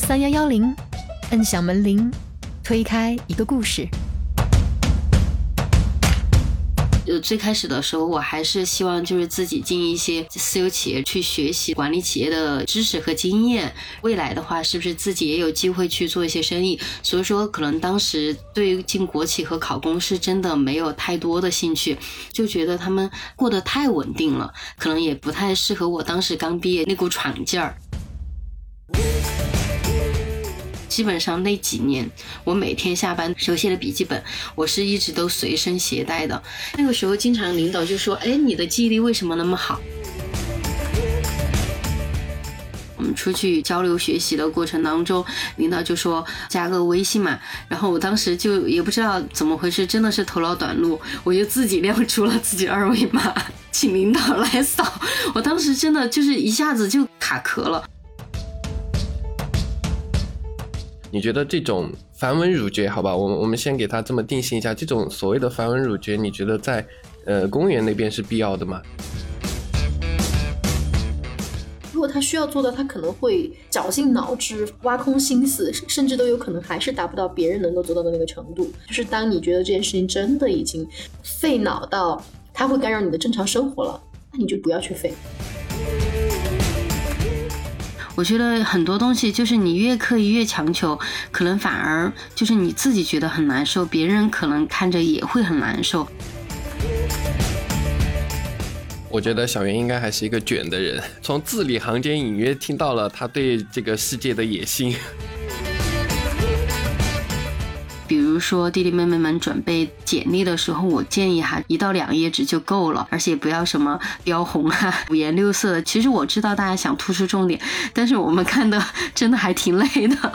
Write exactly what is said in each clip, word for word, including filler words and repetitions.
三一一零，摁响门铃，推开一个故事。 就最开始的时候，我还是希望就是自己进一些私有企业去学习管理企业的知识和经验，未来的话是不是自己也有机会去做一些生意。所以说可能当时对于进国企和考公是真的没有太多的兴趣，就觉得他们过得太稳定了，可能也不太适合我当时刚毕业那股闯劲儿。基本上那几年我每天下班手写的笔记本我是一直都随身携带的，那个时候经常领导就说，哎，你的记忆力为什么那么好？我们出去交流学习的过程当中，领导就说加个微信嘛，然后我当时就也不知道怎么回事，真的是头脑短路，我就自己亮出了自己的二维码请领导来扫，我当时真的就是一下子就卡壳了。 你觉得这种繁文缛节，好吧，我们我们先给它这么定性一下，这种所谓的繁文缛节，你觉得在呃公务员那边是必要的吗？ 如果他需要做到，他可能会绞尽脑汁、挖空心思，甚至都有可能还是达不到别人能够做到的那个程度。就是当你觉得这件事情真的已经费脑到它会干扰你的正常生活了，那你就不要去费。 我觉得很多东西就是你越刻意越强求，可能反而就是你自己觉得很难受，别人可能看着也会很难受。 我觉得小袁应该还是一个卷的人，从字里行间隐约听到了他对这个世界的野心。 比如说弟弟妹妹们准备简历的时候，我建议哈一到两页纸就够了，而且不要什么标红啊五颜六色的。其实我知道大家想突出重点，但是我们看的真的还挺累的。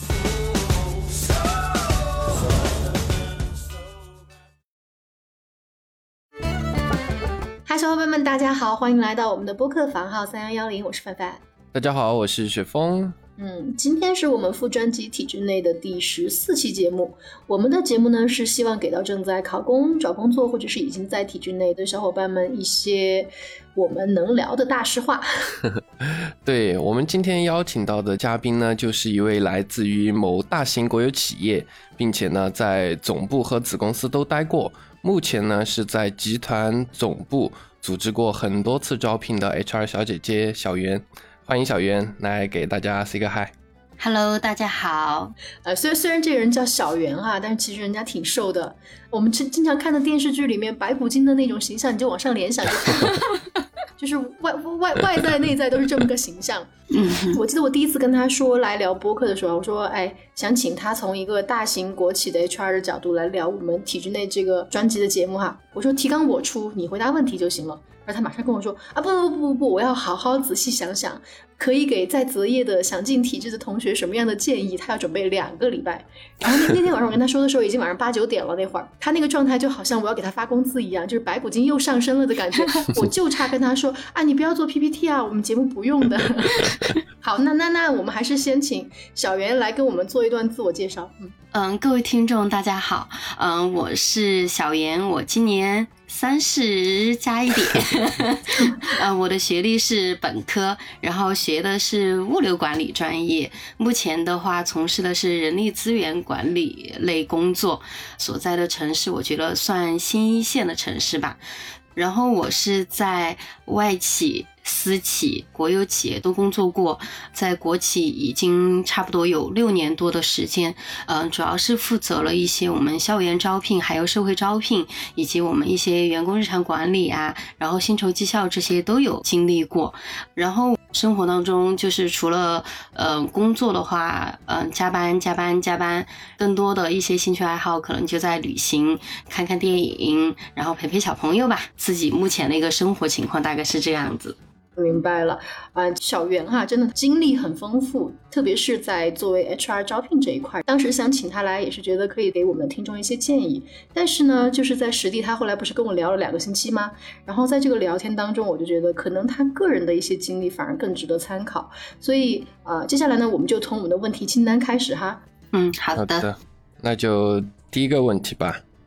嗨，小伙伴们大家好，欢迎来到我们的播客房号三一一零，我是范范。 大家好，我是雪峰。 嗯，今天是我们副专辑体制内的第十四期节目。我们的节目呢，是希望给到正在考公、找工作或者是已经在体制内的小伙伴们一些我们能聊的大实话。 对，我们今天邀请到的嘉宾呢，就是一位来自于某大型国有企业，并且呢在总部和子公司都待过，目前呢是在集团总部组织过很多次招聘的 H R 小姐姐小袁。欢迎小袁来给大家 say 个 hi。 Hello， 大家好。 呃，虽然虽然这个人叫小袁啊，但是其实人家挺瘦的。我们经常看的电视剧里面白骨精的那种形象，你就往上联想就就是外外外在内在都是这么个形象。嗯，我记得我第一次跟他说来聊播客的时候，我说哎，想请他从一个大型国企的 H R 的角度来聊我们体制内这个专辑的节目哈。我说提纲我出，你回答问题就行了。而他马上跟我说啊，不不不不不，我要好好仔细想想，可以给在择业的想进体制的同学什么样的建议。他要准备两个礼拜。然后那天晚上我跟他说的时候已经晚上八九点了，那会儿他那个状态就好像我要给他发工资一样，就是白骨精又上升了的感觉。我就差跟他说啊，你不要做 P P T 啊，我们节目不用的。好，那那那我们还是先请小袁来跟我们做一段自我介绍。嗯嗯，各位听众大家好，嗯，我是小袁，我今年三十加一点。呃，我的学历是本科，然后学的是物流管理专业，目前的话从事的是人力资源管理类工作，所在的城市我觉得算新一线的城市吧。然后我是在外企、私企、国有企业都工作过，在国企已经差不多有六年多的时间，嗯、呃，主要是负责了一些我们校园招聘，还有社会招聘，以及我们一些员工日常管理啊，然后薪酬绩效这些都有经历过。然后生活当中就是除了呃工作的话，嗯、呃，加班加班加班，更多的一些兴趣爱好可能就在旅行、看看电影，然后陪陪小朋友吧。自己目前的一个生活情况大概是这样子。 明白了啊、呃，小袁哈，真的经历很丰富，特别是在作为 H R 招聘这一块。当时想请他来，也是觉得可以给我们的听众一些建议。但是呢，就是在实地，他后来不是跟我聊了两个星期吗？然后在这个聊天当中，我就觉得可能他个人的一些经历反而更值得参考。所以呃，接下来呢，我们就从我们的问题清单开始哈。 嗯，好的。 好的，那就第一个问题吧。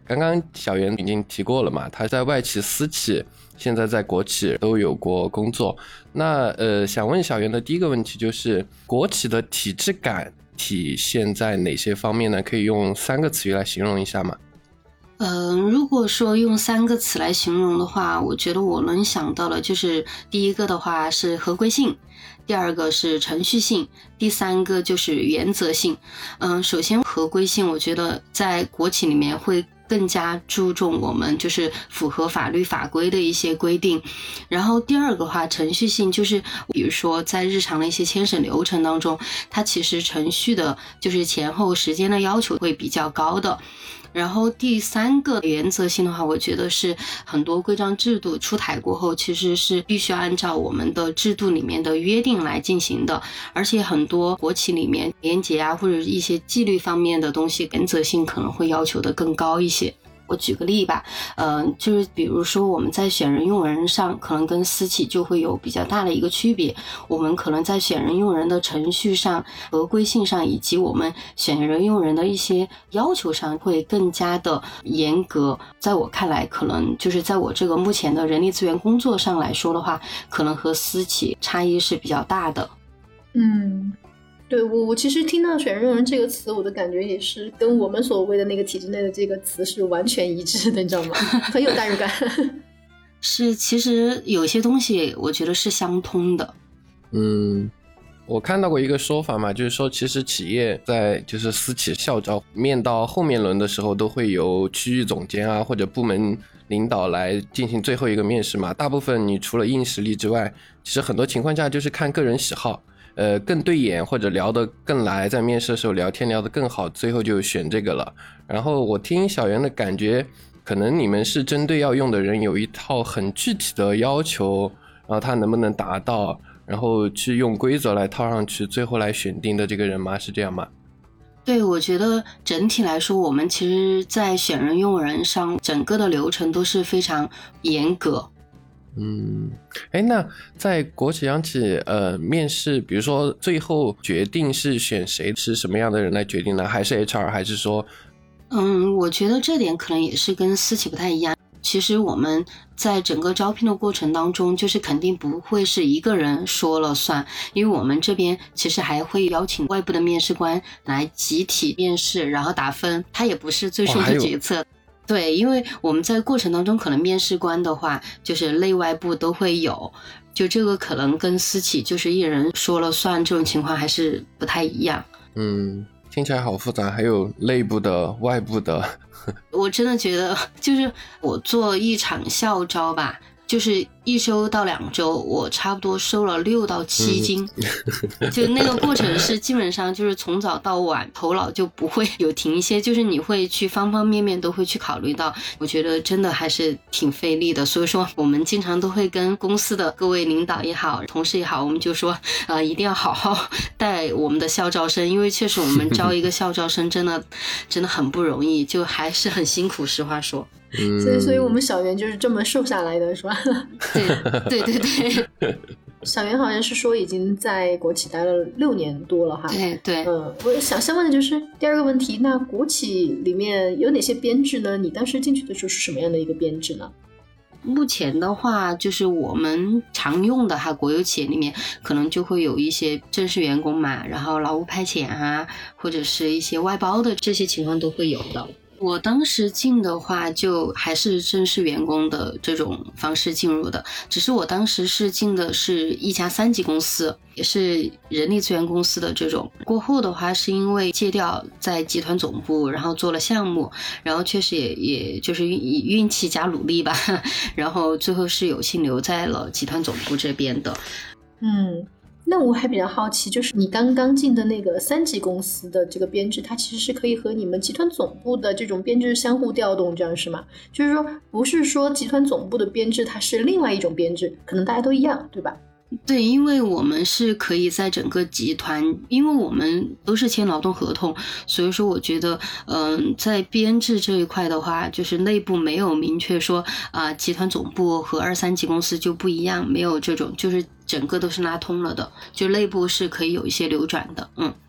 刚刚小袁已经提过了嘛，他在外企、私企，现在在国企都有过工作。那呃，想问小袁的第一个问题就是，国企的体制感体现在哪些方面呢？可以用三个词语来形容一下吗？ 嗯、呃，如果说用三个词来形容的话，我觉得我能想到的就是第一个的话是合规性，第二个是程序性，第三个就是原则性。嗯，首先合规性，我觉得在国企里面会更加注重我们就是符合法律法规的一些规定。然后第二个话，程序性就是比如说在日常的一些签审流程当中，它其实程序的就是前后时间的要求会比较高的。然后第三个原则性的话，我觉得是很多规章制度出台过后，其实是必须按照我们的制度里面的约定来进行的，而且很多国企里面廉洁啊或者一些纪律方面的东西，原则性可能会要求的更高一些。我举个例吧，呃，就是比如说我们在选人用人上，可能跟私企就会有比较大的一个区别。我们可能在选人用人的程序上、合规性上，以及我们选人用人的一些要求上，会更加的严格。在我看来，可能就是在我这个目前的人力资源工作上来说的话，可能和私企差异是比较大的。 嗯。对，我我其实听到选人用人这个词，我的感觉也是跟我们所谓的那个体制内的这个词是完全一致的，你知道吗？很有代入感。 是，其实有些东西我觉得是相通的。 嗯，我看到过一个说法嘛，就是说其实企业在就是私企校招面到后面轮的时候，都会由区域总监啊或者部门领导来进行最后一个面试嘛。大部分你除了硬实力之外，其实很多情况下就是看个人喜好。呃，更对眼或者聊得更来，在面试的时候聊天聊得更好，最后就选这个了。然后我听小袁的感觉，可能你们是针对要用的人有一套很具体的要求，然后他能不能达到，然后去用规则来套上去，最后来选定的这个人吗？是这样吗？ 对，我觉得整体来说，我们其实在选人用人上，整个的流程都是非常严格。 嗯，哎，那在国企央企呃面试，比如说最后决定是选谁，是什么样的人来决定呢？还是 H R， 还是说？ 嗯，我觉得这点可能也是跟私企不太一样。其实我们在整个招聘的过程当中，就是肯定不会是一个人说了算，因为我们这边其实还会邀请外部的面试官来集体面试，然后打分，他也不是最终的决策。对，因为我们在过程当中可能面试官的话就是内外部都会有，就这个可能跟私企就是一人说了算这种情况还是不太一样。 嗯，听起来好复杂，还有内部的外部的。 我真的觉得就是我做一场校招吧，就是一周到两周，我差不多收了六到七斤、嗯、就那个过程是基本上就是从早到晚头脑就不会有停歇，就是你会去方方面面都会去考虑到，我觉得真的还是挺费力的。所以说我们经常都会跟公司的各位领导也好同事也好，我们就说呃，一定要好好带我们的校招生，因为确实我们招一个校招生真的真的很不容易，就还是很辛苦，实话说。 嗯， 所以所以我们小袁就是这么瘦下来的，是吧？ 对对对对。 小袁好像是说已经在国企待了六年多了哈。 对对。 嗯，我想先问的就是第二个问题，那国企里面有哪些编制呢？你当时进去的时候是什么样的一个编制呢？ 目前的话，就是我们常用的哈，国有企业里面可能就会有一些正式员工嘛，然后劳务派遣啊，或者是一些外包的，这些情况都会有的。我当时进的话就还是正式员工的这种方式进入的，只是我当时是进的是一家三级公司，也是人力资源公司的这种。过后的话是因为借调在集团总部，然后做了项目，然后确实也也就是以运气加努力吧，然后最后是有幸留在了集团总部这边的。 嗯，那我还比较好奇，就是你刚刚进的那个三级公司的这个编制，它其实是可以和你们集团总部的这种编制相互调动，这样是吗？就是说不是说集团总部的编制它是另外一种编制，可能大家都一样，对吧？ 对，因为我们是可以在整个集团，因为我们都是签劳动合同，所以说我觉得嗯、呃，在编制这一块的话，就是内部没有明确说啊、呃，集团总部和二三级公司就不一样，没有这种，就是整个都是拉通了的，就内部是可以有一些流转的。嗯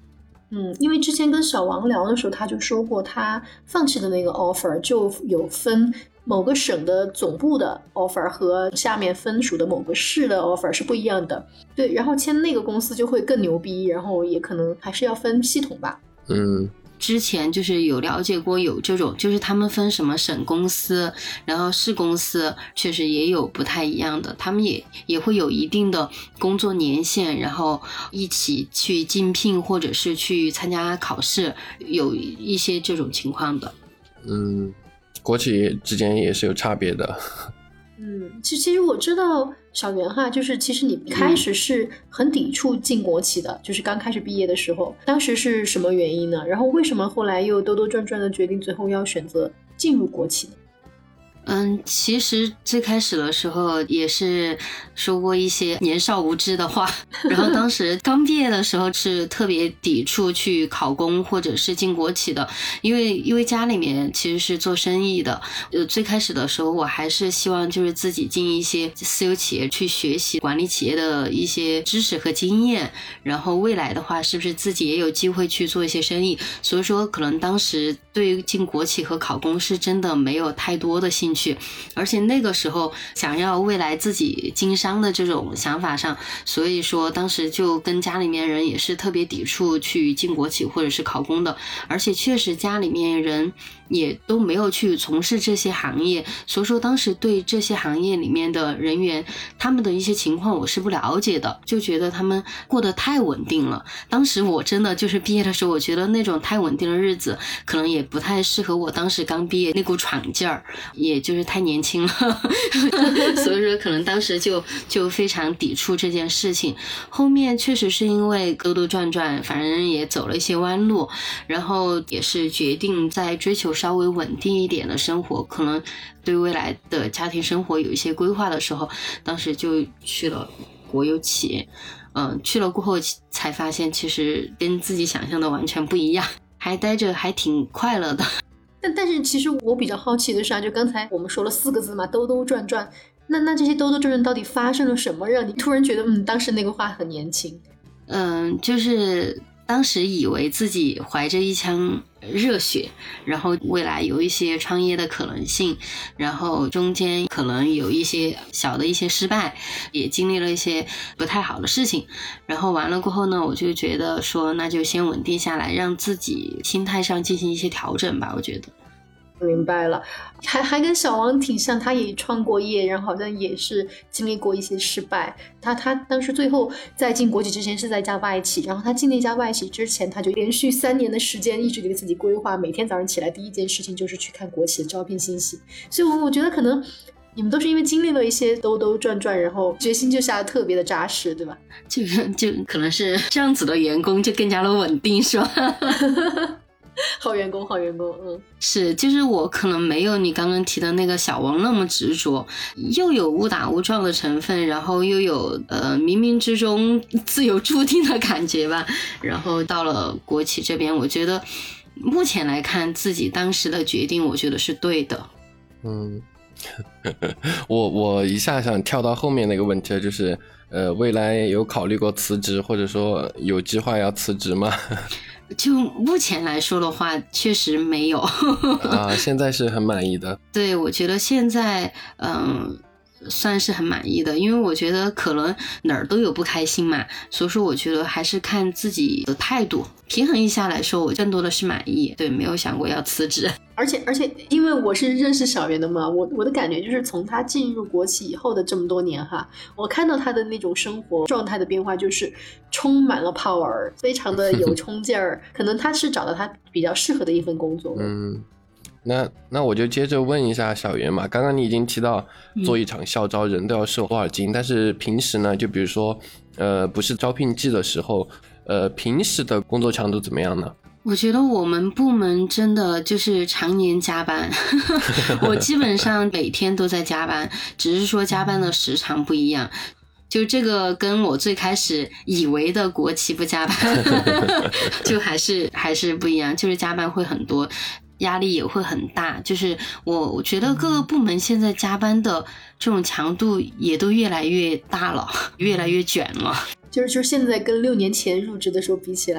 嗯，因为之前跟小王聊的时候，他就说过，他放弃的那个 offer 就有分某个省的总部的 offer 和下面分属的某个市的 offer 是不一样的。对，然后签那个公司就会更牛逼，然后也可能还是要分系统吧。 嗯。 之前就是有了解过有这种，就是他们分什么省公司，然后市公司，确实也有不太一样的，他们也也会有一定的工作年限，然后一起去竞聘或者是去参加考试，有一些这种情况的。 嗯，国企之间也是有差别的。 嗯，其实其实我知道小袁哈，就是其实你开始是很抵触进国企的，嗯、就是刚开始毕业的时候，当时是什么原因呢？然后为什么后来又兜兜转转的决定最后要选择进入国企呢？ 嗯，其实最开始的时候也是说过一些年少无知的话，然后当时刚毕业的时候是特别抵触去考公或者是进国企的，因为因为家里面其实是做生意的，呃，最开始的时候我还是希望就是自己进一些私有企业去学习管理企业的一些知识和经验，然后未来的话是不是自己也有机会去做一些生意，所以说可能当时对于进国企和考公是真的没有太多的兴趣。而且那个时候想要未来自己经商的这种想法上，所以说当时就跟家里面人也是特别抵触去进国企或者是考公的，而且确实家里面人也都没有去从事这些行业，所以说当时对这些行业里面的人员他们的一些情况我是不了解的，就觉得他们过得太稳定了。当时我真的就是毕业的时候，我觉得那种太稳定的日子可能也不太适合我当时刚毕业那股闯劲儿，也就是太年轻了所以说可能当时就就非常抵触这件事情。后面确实是因为兜兜转转，反正也走了一些弯路，然后也是决定在追求稍微稳定一点的生活，可能对未来的家庭生活有一些规划的时候，当时就去了国有企业。嗯，去了过后才发现其实跟自己想象的完全不一样，还待着还挺快乐的。 但但是其实我比较好奇的是啊，就刚才我们说了四个字嘛，兜兜转转，那那这些兜兜转转到底发生了什么，让你突然觉得嗯，当时那个话很年轻？ 嗯，就是当时以为自己怀着一腔热血，然后未来有一些创业的可能性，然后中间可能有一些小的一些失败，也经历了一些不太好的事情，然后完了过后呢，我就觉得说那就先稳定下来，让自己心态上进行一些调整吧，我觉得。 明白了，还还跟小王挺像，他也创过业，然后好像也是经历过一些失败。他他当时最后在进国企之前是在一家外企，然后他进那家外企之前，他就连续三年的时间一直给自己规划，每天早上起来第一件事情就是去看国企的招聘信息。所以我我觉得可能你们都是因为经历了一些兜兜转转，然后决心就下得特别的扎实，对吧？ 就就可能是这样子的员工就更加的稳定，是吧？ 好员工，好员工，嗯， 是，就是我可能没有你刚刚提的那个小王那么执着，又有误打误撞的成分，然后又有呃冥冥之中自有注定的感觉吧。然后到了国企这边，我觉得目前来看自己当时的决定，我觉得是对的。 嗯，我我一下想跳到后面那个问题，就是呃，未来有考虑过辞职，或者说有计划要辞职吗？ 就目前来说的话，确实没有啊，现在是很满意的。 对，我觉得现在嗯算是很满意的，因为我觉得可能哪儿都有不开心嘛，所以说我觉得还是看自己的态度，平衡一下来说，我更多的是满意，对，没有想过要辞职。 而且而且，因为我是认识小袁的嘛，我我的感觉就是从他进入国企以后的这么多年哈，我看到他的那种生活状态的变化，就是充满了 power， 非常的有冲劲儿。可能他是找到他比较适合的一份工作。 嗯。那那我就接着问一下小袁嘛，刚刚你已经提到做一场校招人都要瘦多少斤，嗯、但是平时呢，就比如说呃不是招聘季的时候，呃平时的工作强度怎么样呢？ 我觉得我们部门真的就是常年加班我基本上每天都在加班，只是说加班的时长不一样，就这个跟我最开始以为的国企不加班就还是还是不一样，就是加班会很多，压力也会很大，就是我我觉得各个部门现在加班的这种强度也都越来越大了，越来越卷了， 就是就是现在跟六年前入职的时候比起来，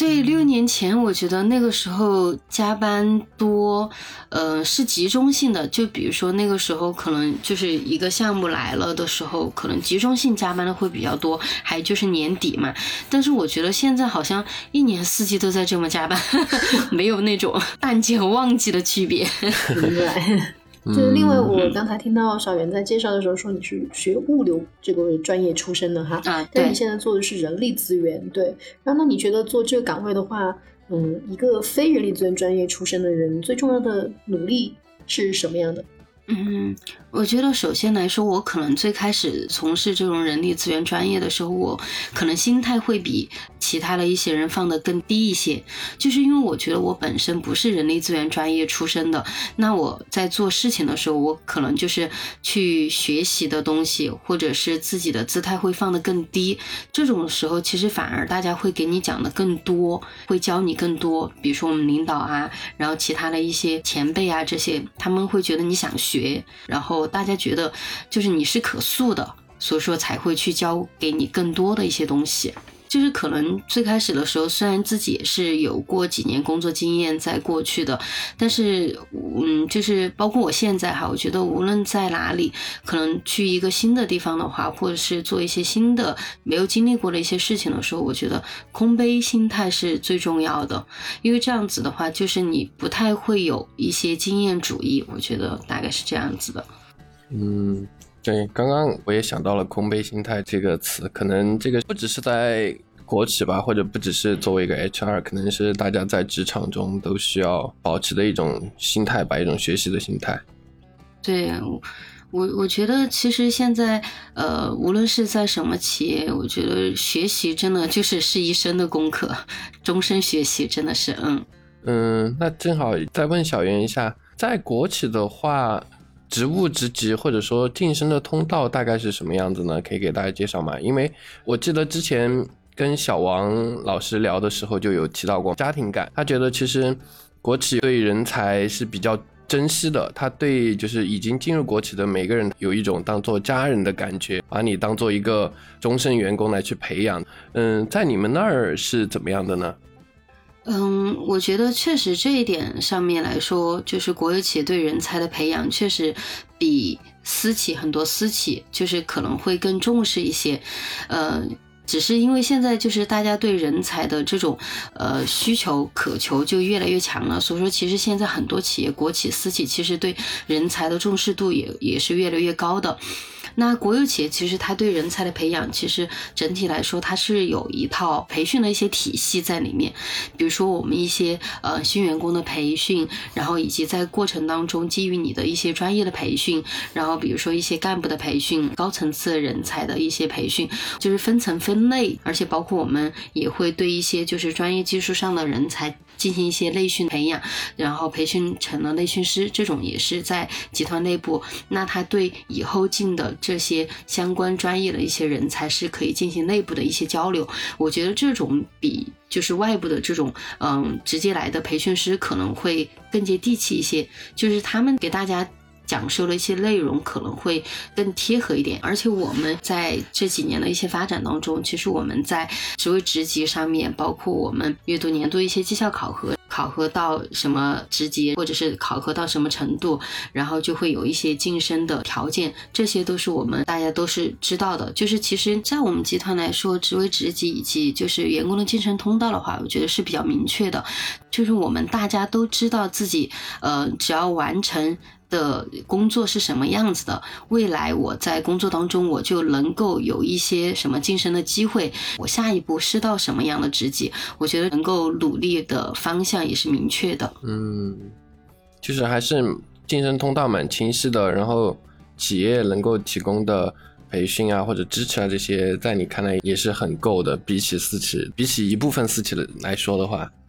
对，六年前我觉得那个时候加班多，呃，是集中性的。就比如说那个时候可能就是一个项目来了的时候，可能集中性加班的会比较多，还就是年底嘛。但是我觉得现在好像一年四季都在这么加班，没有那种淡季和旺季的区别。 明白。就是另外，我刚才听到小袁在介绍的时候说你是学物流这个专业出身的哈， 啊， 但你现在做的是人力资源，对。然后那你觉得做这个岗位的话，嗯，一个非人力资源专业出身的人最重要的努力是什么样的？ 嗯，我觉得首先来说，我可能最开始从事这种人力资源专业的时候，我可能心态会比其他的一些人放得更低一些，就是因为我觉得我本身不是人力资源专业出身的，那我在做事情的时候，我可能就是去学习的东西，或者是自己的姿态会放得更低，这种时候其实反而大家会给你讲的更多，会教你更多，比如说我们领导啊，然后其他的一些前辈啊，这些他们会觉得你想学，然后大家觉得就是你是可塑的，所以说才会去教给你更多的一些东西。就是可能最开始的时候，虽然自己也是有过几年工作经验在过去的，但是嗯，就是包括我现在哈，我觉得无论在哪里，可能去一个新的地方的话，或者是做一些新的没有经历过的一些事情的时候，我觉得空杯心态是最重要的，因为这样子的话，就是你不太会有一些经验主义，我觉得大概是这样子的。 嗯，对，刚刚我也想到了空杯心态这个词，可能这个不只是在国企吧，或者不只是作为一个 H R， 可能是大家在职场中都需要保持的一种心态吧，一种学习的心态。 对，我我觉得其实现在呃，无论是在什么企业，我觉得学习真的就是是一生的功课，终身学习真的是嗯嗯，那正好再问小袁一下，在国企的话，职务职级或者说晋升的通道大概是什么样子呢？可以给大家介绍吗？因为我记得之前跟小王老师聊的时候就有提到过家庭感，他觉得其实国企对人才是比较珍惜的，他对就是已经进入国企的每个人有一种当做家人的感觉，把你当做一个终身员工来去培养。嗯，在你们那儿是怎么样的呢？ 嗯，我觉得确实这一点上面来说，就是国有企业对人才的培养确实比私企很多私企就是可能会更重视一些，呃只是因为现在就是大家对人才的这种呃需求渴求就越来越强了，所以说其实现在很多企业国企私企其实对人才的重视度也也是越来越高的。那国有企业其实它对人才的培养，其实整体来说它是有一套培训的一些体系在里面，比如说我们一些呃新员工的培训，然后以及在过程当中基于你的一些专业的培训，然后比如说一些干部的培训，高层次的人才的一些培训，就是分层分类，而且包括我们也会对一些就是专业技术上的人才进行一些内训培养，然后培训成了内训师，这种也是在集团内部，那他对以后进的这些相关专业的一些人才是可以进行内部的一些交流。我觉得这种比就是外部的这种嗯直接来的培训师可能会更接地气一些，就是他们给大家讲授的一些内容可能会更贴合一点。而且我们在这几年的一些发展当中，其实我们在职位职级上面，包括我们阅读年度一些绩效考核，考核到什么职级或者是考核到什么程度，然后就会有一些晋升的条件，这些都是我们大家都是知道的。就是其实在我们集团来说，职位职级以及就是员工的晋升通道的话，我觉得是比较明确的，就是我们大家都知道自己呃只要完成的工作是什么样子的，未来我在工作当中我就能够有一些什么晋升的机会，我下一步是到什么样的职级，我觉得能够努力的方向也是明确的。 嗯，就是还是晋升通道蛮清晰的，然后企业能够提供的培训啊或者支持啊这些在你看来也是很够的，比起私企比起一部分私企的来说的话。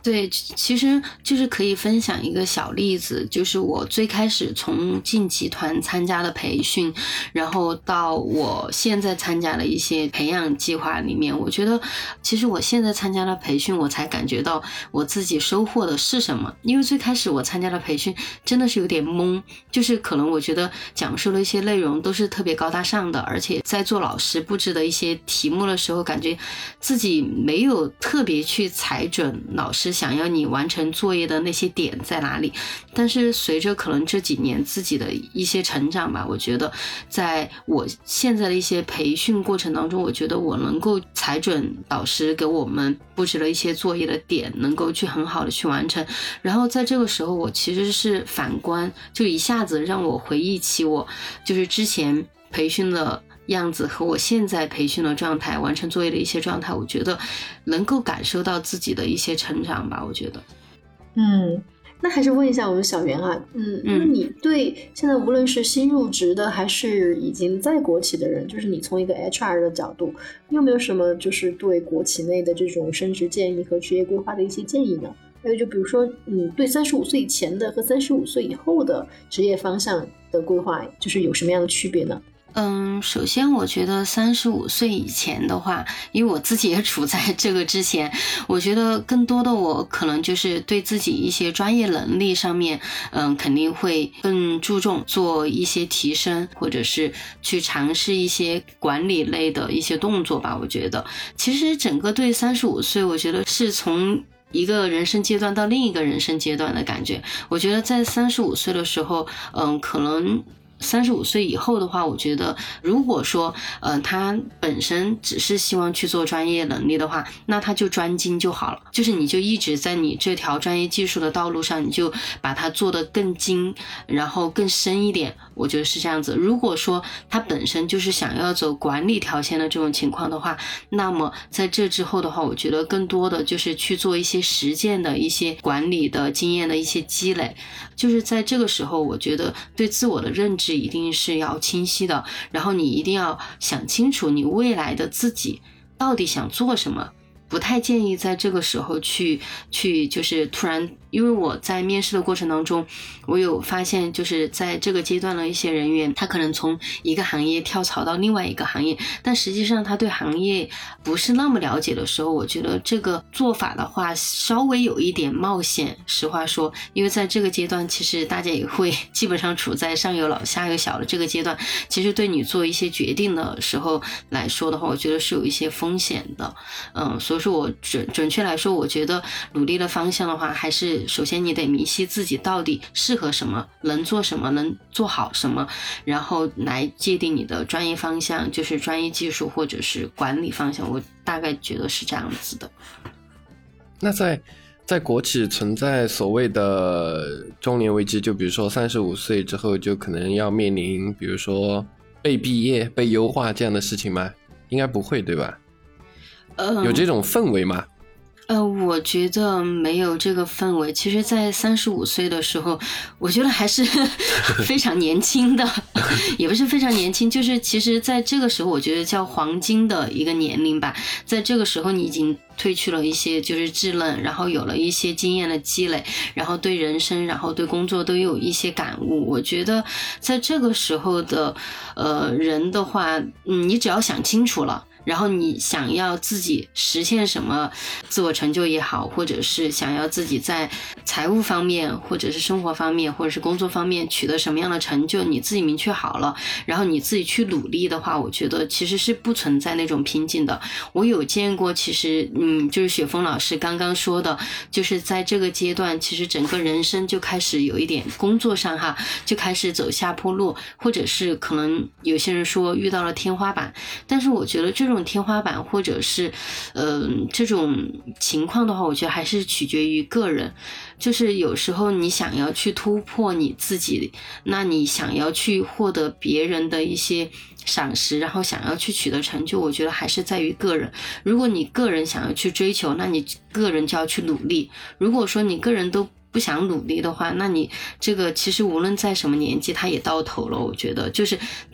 对，其实就是可以分享一个小例子，就是我最开始从进集团参加的培训，然后到我现在参加的一些培养计划里面，我觉得其实我现在参加的培训，我才感觉到我自己收获的是什么。因为最开始我参加的培训真的是有点懵，就是可能我觉得讲述的一些内容都是特别高大上的，而且在做老师布置的一些题目的时候，感觉自己没有特别去踩准老师想要你完成作业的那些点在哪里。但是随着可能这几年自己的一些成长吧，我觉得在我现在的一些培训过程当中，我觉得我能够踩准导师给我们布置了一些作业的点，能够去很好的去完成。然后在这个时候我其实是反观，就一下子让我回忆起我就是之前培训的样子和我现在培训的状态，完成作业的一些状态，我觉得能够感受到自己的一些成长吧，我觉得。 嗯，那还是问一下我们小袁啊，嗯，那你对现在无论是新入职的还是已经在国企的人，就是你从一个 H R 的角度，你有没有什么就是对国企内的这种升职建议和职业规划的一些建议呢？还有就比如说，嗯，对三十五岁以前的和三十五岁以后的职业方向的规划，就是有什么样的区别呢？ 嗯，首先我觉得三十五岁以前的话，因为我自己也处在这个之前，我觉得更多的我可能就是对自己一些专业能力上面，嗯，肯定会更注重做一些提升，或者是去尝试一些管理类的一些动作吧。我觉得其实整个对三十五岁，我觉得是从一个人生阶段到另一个人生阶段的感觉。我觉得在三十五岁的时候，嗯，可能三十五岁以后的话，我觉得如果说呃他本身只是希望去做专业能力的话，那他就专精就好了，就是你就一直在你这条专业技术的道路上，你就把它做得更精，然后更深一点，我觉得是这样子。如果说他本身就是想要走管理条线的这种情况的话，那么在这之后的话，我觉得更多的就是去做一些实践的一些管理的经验的一些积累。就是在这个时候，我觉得对自我的认知一定是要清晰的，然后你一定要想清楚你未来的自己到底想做什么。不太建议在这个时候去去就是突然，因为我在面试的过程当中，我有发现就是在这个阶段的一些人员，他可能从一个行业跳槽到另外一个行业，但实际上他对行业不是那么了解的时候，我觉得这个做法的话稍微有一点冒险。实话说，因为在这个阶段其实大家也会基本上处在上有老下有小的这个阶段，其实对你做一些决定的时候来说的话，我觉得是有一些风险的。嗯，所以说我准准确来说，我觉得努力的方向的话，还是首先你得明晰自己到底适合什么，能做什么，能做好什么，然后来界定你的专业方向，就是专业技术或者是管理方向。我大概觉得是这样子的。 那在在国企存在所谓的中年危机，就比如说三十五岁之后就可能要面临比如说被毕业被优化这样的事情吗？应该不会对吧？ 呃， 有这种氛围吗？ 呃，我觉得没有这个氛围。其实在三十五岁的时候，我觉得还是非常年轻的，也不是非常年轻，就是其实在这个时候我觉得叫黄金的一个年龄吧。在这个时候你已经褪去了一些就是稚嫩，然后有了一些经验的积累，然后对人生然后对工作都有一些感悟。我觉得在这个时候的呃人的话，嗯，你只要想清楚了，然后你想要自己实现什么自我成就也好，或者是想要自己在财务方面或者是生活方面或者是工作方面取得什么样的成就，你自己明确好了，然后你自己去努力的话，我觉得其实是不存在那种瓶颈的。我有见过，其实嗯，就是雪峰老师刚刚说的，就是在这个阶段其实整个人生就开始有一点工作上哈就开始走下坡路，或者是可能有些人说遇到了天花板。但是我觉得这种这种天花板或者是呃这种情况的话，我觉得还是取决于个人。就是有时候你想要去突破你自己，那你想要去获得别人的一些赏识，然后想要去取得成就，我觉得还是在于个人。如果你个人想要去追求，那你个人就要去努力。如果说你个人都不想努力的话，那你这个其实无论在什么年纪它也到头了。我觉得就是它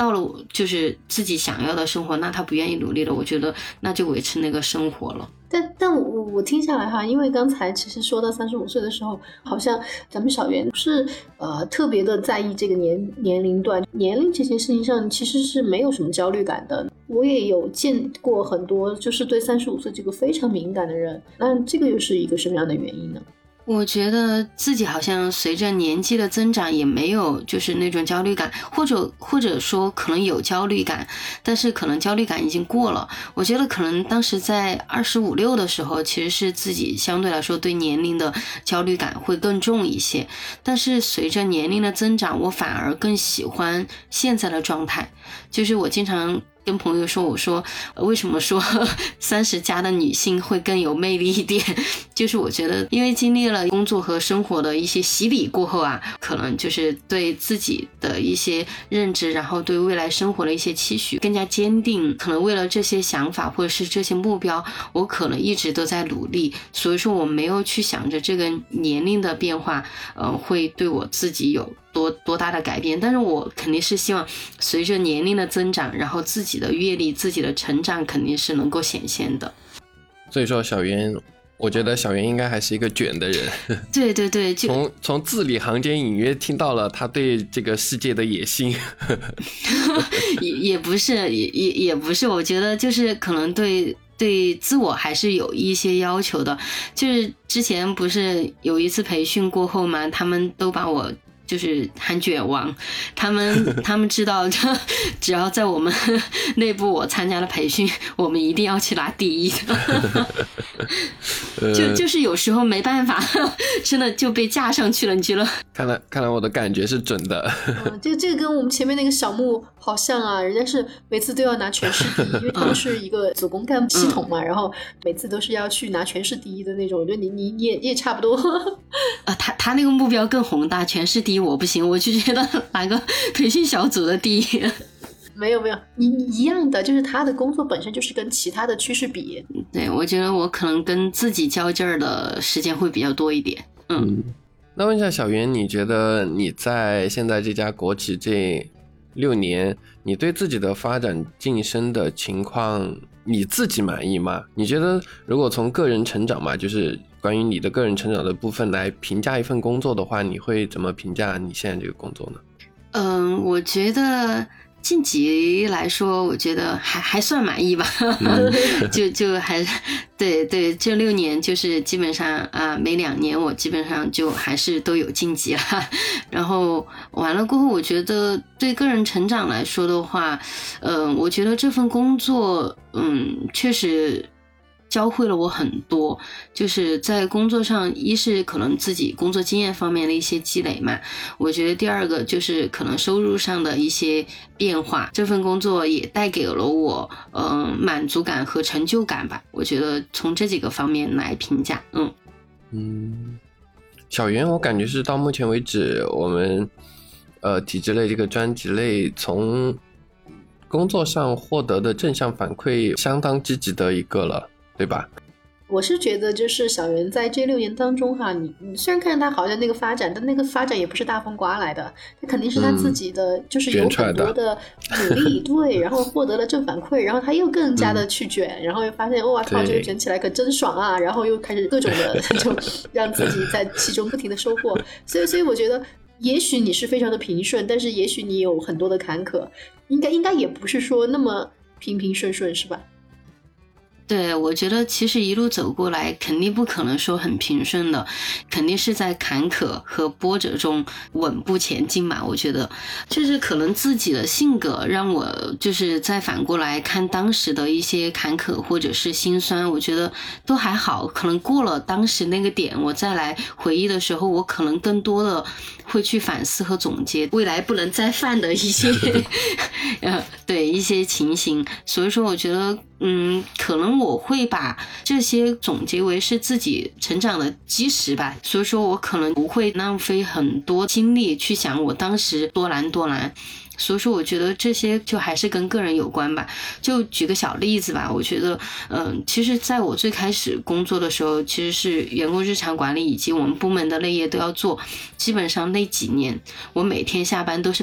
到了就是自己想要的生活，那他不愿意努力了，我觉得那就维持那个生活了。 但但我我听下来哈，因为刚才其实说到三十五岁的时候，好像咱们小袁是呃特别的在意这个年年龄段，年龄这件事情上其实是没有什么焦虑感的。我也有见过很多就是对三十五岁这个非常敏感的人，那这个又是一个什么样的原因呢？ 我觉得自己好像随着年纪的增长也没有就是那种焦虑感，或者或者说可能有焦虑感，但是可能焦虑感已经过了。我觉得可能当时在二十五六的时候，其实是自己相对来说对年龄的焦虑感会更重一些，但是随着年龄的增长，我反而更喜欢现在的状态。就是我经常跟朋友说，我说为什么说三十加的女性会更有魅力一点，就是我觉得因为经历了工作和生活的一些洗礼过后啊，可能就是对自己的一些认知，然后对未来生活的一些期许更加坚定，可能为了这些想法或者是这些目标，我可能一直都在努力，所以说我没有去想着这个年龄的变化呃，会对我自己有多多大的改变，但是我肯定是希望随着年龄的增长，然后自己的阅历自己的成长肯定是能够显现的。 所以说小袁，我觉得小袁应该还是一个卷的人。 对对对，就从从字里行间隐约听到了他对这个世界的野心。 也也不是也也也不是，我觉得就是可能对对自我还是有一些要求的。就是之前不是有一次培训过后嘛，他们都把我就是喊卷王，他们他们知道只要在我们内部我参加了培训，我们一定要去拿第一的。就就是有时候没办法，真的就被架上去了，你觉得？ 看来看来我的感觉是准的。 嗯，这这个跟我们前面那个小木好像啊，人家是每次都要拿全市第一，因为他们是一个子宫干系统嘛，嗯、然后每次都是要去拿全市第一的那种。我觉得你你你也你也差不多。 呃，他他那个目标更宏大，全市第一我不行，我就觉得拿个培训小组的第一。 没有没有，你一样的，就是他的工作本身就是跟其他的趋势比。 对，我觉得我可能跟自己较劲儿的时间会比较多一点。嗯， 嗯那问一下小袁，你觉得你在现在这家国企这六年，你对自己的发展晋升的情况，你自己满意吗？你觉得如果从个人成长嘛，就是关于你的个人成长的部分来评价一份工作的话，你会怎么评价你现在这个工作呢？ 嗯，我觉得晋级来说，我觉得还还算满意吧。嗯、就就还对对，这六年就是基本上啊、呃，每两年我基本上就还是都有晋级了。然后完了过后，我觉得对个人成长来说的话，嗯、呃，我觉得这份工作，嗯，确实教会了我很多，就是在工作上，一是可能自己工作经验方面的一些积累嘛，我觉得第二个就是可能收入上的一些变化，这份工作也带给了我嗯、呃、满足感和成就感吧，我觉得从这几个方面来评价。嗯嗯，小袁我感觉是到目前为止我们呃体制类这个专辑类从工作上获得的正向反馈相当积极的一个了，对吧？ 我是觉得就是小袁在这六年当中哈，你你虽然看着他好像那个发展，但那个发展也不是大风刮来的，他肯定是他自己的、嗯、就是有很多的努力，对，然后获得了正反馈，然后他又更加的去卷、嗯、然后又发现哇靠，这个卷起来可真爽啊，然后又开始各种的就让自己在其中不停的收获。所以所以我觉得也许你是非常的平顺，但是也许你有很多的坎坷，应该应该也不是说那么平平顺顺，是吧？ 对，我觉得其实一路走过来肯定不可能说很平顺的，肯定是在坎坷和波折中稳步前进嘛。我觉得就是可能自己的性格让我就是再反过来看当时的一些坎坷或者是心酸，我觉得都还好，可能过了当时那个点，我再来回忆的时候，我可能更多的会去反思和总结未来不能再犯的一些呃对一些情形。所以说我觉得嗯，可能我会把这些总结为是自己成长的基石吧，所以说我可能不会浪费很多精力去想我当时多难多难，所以说我觉得这些就还是跟个人有关吧。就举个小例子吧，我觉得嗯、呃，其实在我最开始工作的时候，其实是员工日常管理以及我们部门的类业都要做，基本上那几年我每天下班都是背了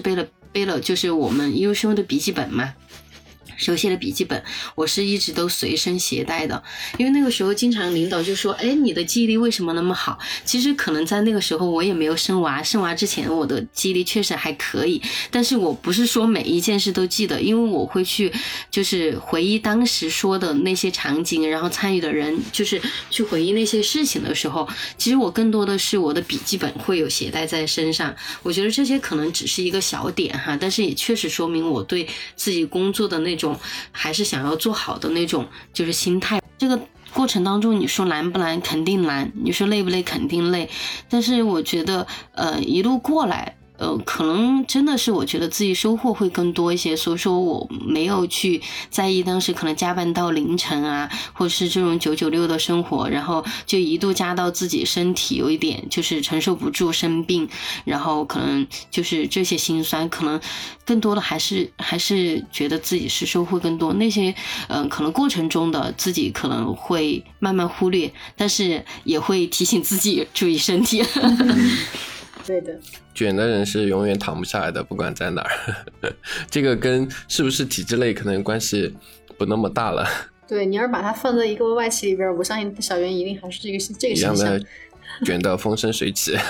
背了就是我们医务生的笔记本嘛，手写的笔记本，我是一直都随身携带的。因为那个时候经常领导就说，哎，你的记忆力为什么那么好？其实可能在那个时候我也没有生娃，生娃之前我的记忆力确实还可以，但是我不是说每一件事都记得，因为我会去就是回忆当时说的那些场景，然后参与的人，就是去回忆那些事情的时候，其实我更多的是我的笔记本会有携带在身上。我觉得这些可能只是一个小点哈，但是也确实说明我对自己工作的那种还是想要做好的那种就是心态。这个过程当中你说难不难？肯定难。你说累不累？肯定累。但是我觉得呃一路过来呃，可能真的是我觉得自己收获会更多一些，所以说我没有去在意当时可能加班到凌晨啊，或者是这种九九六的生活，然后就一度加到自己身体有一点就是承受不住生病，然后可能就是这些心酸，可能更多的还是还是觉得自己是收获更多，那些嗯、呃，可能过程中的自己可能会慢慢忽略，但是也会提醒自己注意身体。 对的， 卷的人是永远躺不下来的，不管在哪儿。这个跟是不是体制内可能关系不那么大了。 对，你要是把它放在一个外企里边，我相信小袁一定还是这个这个形象。 卷得风生水起。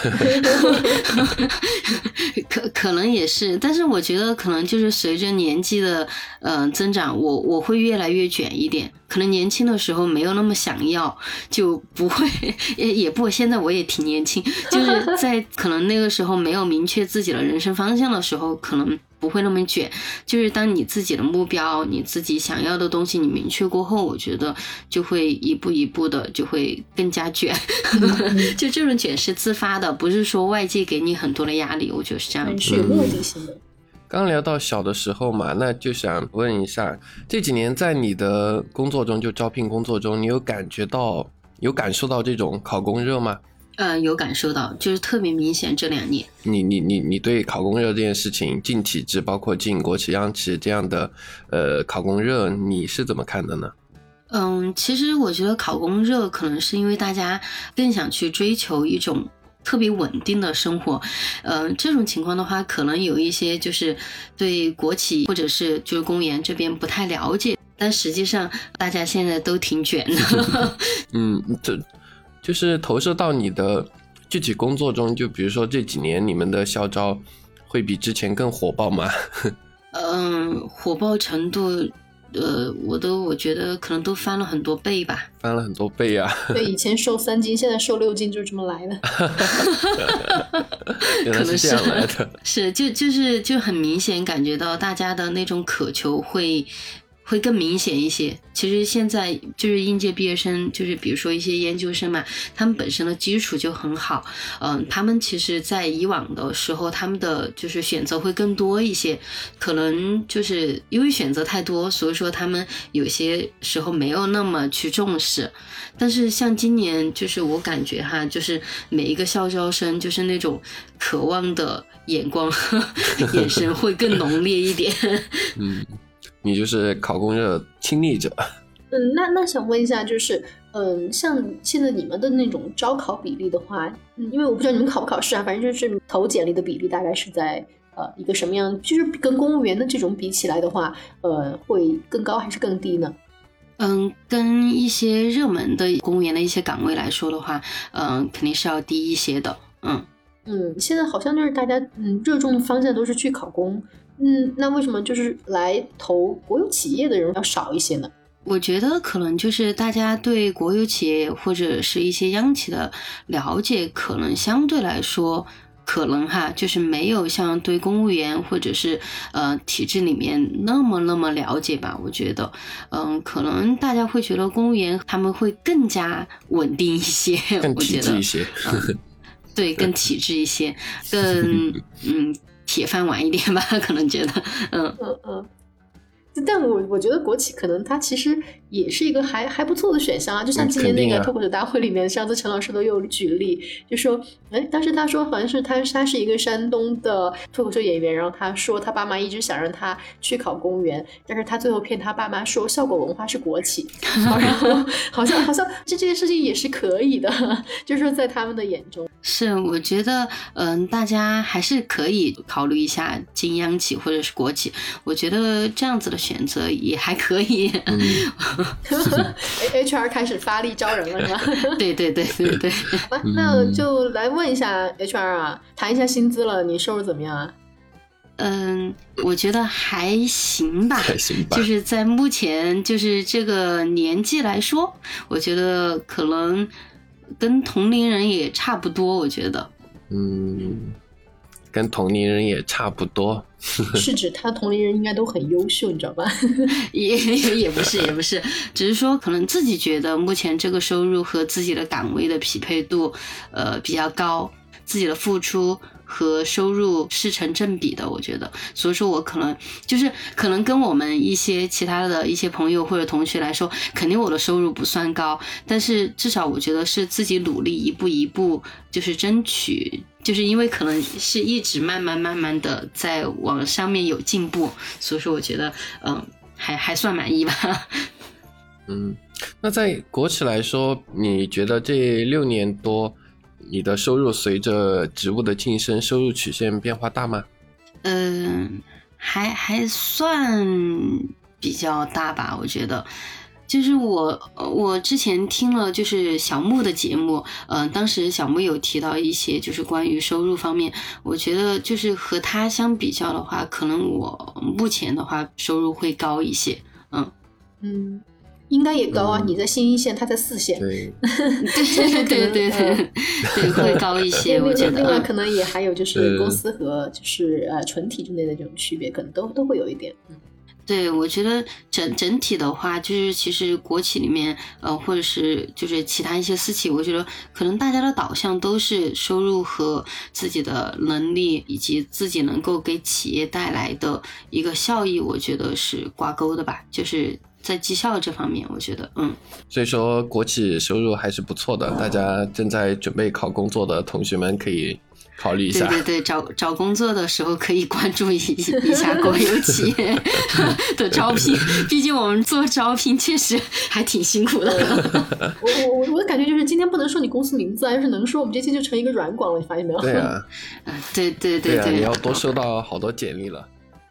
可可能也是，但是我觉得可能就是随着年纪的呃增长，我我会越来越卷一点。可能年轻的时候没有那么想要，就不会也也不现在我也挺年轻，就是在可能那个时候没有明确自己的人生方向的时候，可能不会那么卷。就是当你自己的目标，你自己想要的东西你明确过后，我觉得就会一步一步的就会更加卷。就这种卷是自发的，不是说外界给你很多的压力，我觉得是这样。 是有目的性的。 刚聊到小的时候嘛，那就想问一下，这几年在你的工作中，就招聘工作中，你有感觉到有感受到这种考公热吗？ 呃，有感受到，就是特别明显这两年。 你你你你对考公热这件事情，进体制包括进国企央企这样的呃考公热，你是怎么看的呢？ 嗯，其实我觉得考公热可能是因为大家更想去追求一种特别稳定的生活，呃，这种情况的话，可能有一些就是对国企或者是就是公务员这边不太了解，但实际上大家现在都挺卷的。 嗯，这就是投射到你的具体工作中，就比如说这几年你们的校招会比之前更火爆吗？ 嗯，火爆程度。呃，我都我觉得可能都翻了很多倍吧， 翻了很多倍啊！ 对，以前瘦三斤，现在瘦六斤，就是这么来的。 原来是这样来的， 是就就是就很明显感觉到大家的那种渴求会。会更明显一些。其实现在就是应届毕业生，就是比如说一些研究生嘛，他们本身的基础就很好，嗯、呃，他们其实在以往的时候，他们的就是选择会更多一些，可能就是因为选择太多，所以说他们有些时候没有那么去重视。但是像今年，就是我感觉哈，就是每一个校招生，就是那种渴望的眼光、眼神会更浓烈一点。 嗯。你就是考公热亲历者。 嗯，那那想问一下，就是嗯，像现在你们的那种招考比例的话，嗯，因为我不知道你们考不考试啊，反正就是投简历的比例大概是在呃一个什么样，就是跟公务员的这种比起来的话，呃，会更高还是更低呢？ 嗯，跟一些热门的公务员的一些岗位来说的话，嗯，肯定是要低一些的。嗯嗯，现在好像就是大家嗯热衷的方向都是去考公。嗯，那为什么就是来投国有企业的人要少一些呢？ 我觉得可能就是大家对国有企业或者是一些央企的了解，可能相对来说，可能哈，就是没有像对公务员或者是呃体制里面那么那么了解吧。我觉得，嗯，可能大家会觉得公务员他们会更加稳定一些， 更体制一些， 嗯、对，更体制一些，更嗯。铁饭碗一点吧，可能觉得，嗯嗯嗯。但我我觉得国企可能它其实也是一个还还不错的选项啊，就像今年那个脱口秀大会里面，上次陈老师都有举例，就说，哎，当时他说好像是他他是一个山东的脱口秀演员，然后他说他爸妈一直想让他去考公务员，但是他最后骗他爸妈说效果文化是国企，然后好像好像这这件事情也是可以的，就是说在他们的眼中。 是，我觉得，嗯、呃，大家还是可以考虑一下进央企或者是国企，我觉得这样子的选择也还可以。嗯、 H R 开始发力招人了，是吧？ 对对对对对。 那就来问一下 H R 啊，谈一下薪资了，你收入怎么样啊？ 嗯，我觉得还行吧， 还行吧， 就是在目前就是这个年纪来说，我觉得可能跟同龄人也差不多，我觉得， 嗯，跟同龄人也差不多， 是指他同龄人应该都很优秀，你知道吧？ 也也不是，也不是，只是说可能自己觉得目前这个收入和自己的岗位的匹配度，呃，比较高，自己的付出和收入是成正比的，我觉得，所以说我可能就是可能跟我们一些其他的一些朋友或者同学来说，肯定我的收入不算高，但是至少我觉得是自己努力一步一步就是争取，就是因为可能是一直慢慢慢慢的在往上面有进步，所以说我觉得嗯还还算满意吧。 嗯，那在国企来说，你觉得这六年多你的收入随着职务的晋升，收入曲线变化大吗？ 嗯，还还算比较大吧，我觉得。就是我我之前听了就是小木的节目，嗯、呃，当时小木有提到一些就是关于收入方面，我觉得就是和他相比较的话，可能我目前的话收入会高一些，嗯嗯。 应该也高啊、 嗯， 你在新一线，他在四线， 对对对对对对，会高一些，我觉得。 另外可能也还有就是公司和就是呃纯体制内的这种区别，可能都都会有一点。嗯， 对，我觉得整整体的话，就是其实国企里面，呃，或者是就是其他一些私企，我觉得可能大家的导向都是收入和自己的能力以及自己能够给企业带来的一个效益，我觉得是挂钩的吧，就是在绩效这方面，我觉得，嗯， 所以说国企收入还是不错的，大家正在准备考工作的同学们可以考虑一下。 对对对，找找工作的时候可以关注一一下国有企业的招聘，毕竟我们做招聘确实还挺辛苦的。 我我我的感觉就是今天不能说你公司名字啊，要是能说，我们这期就成一个软广了，你发现没有？ 对啊， 啊对对对对, 对, 对啊，你要多收到好多简历了。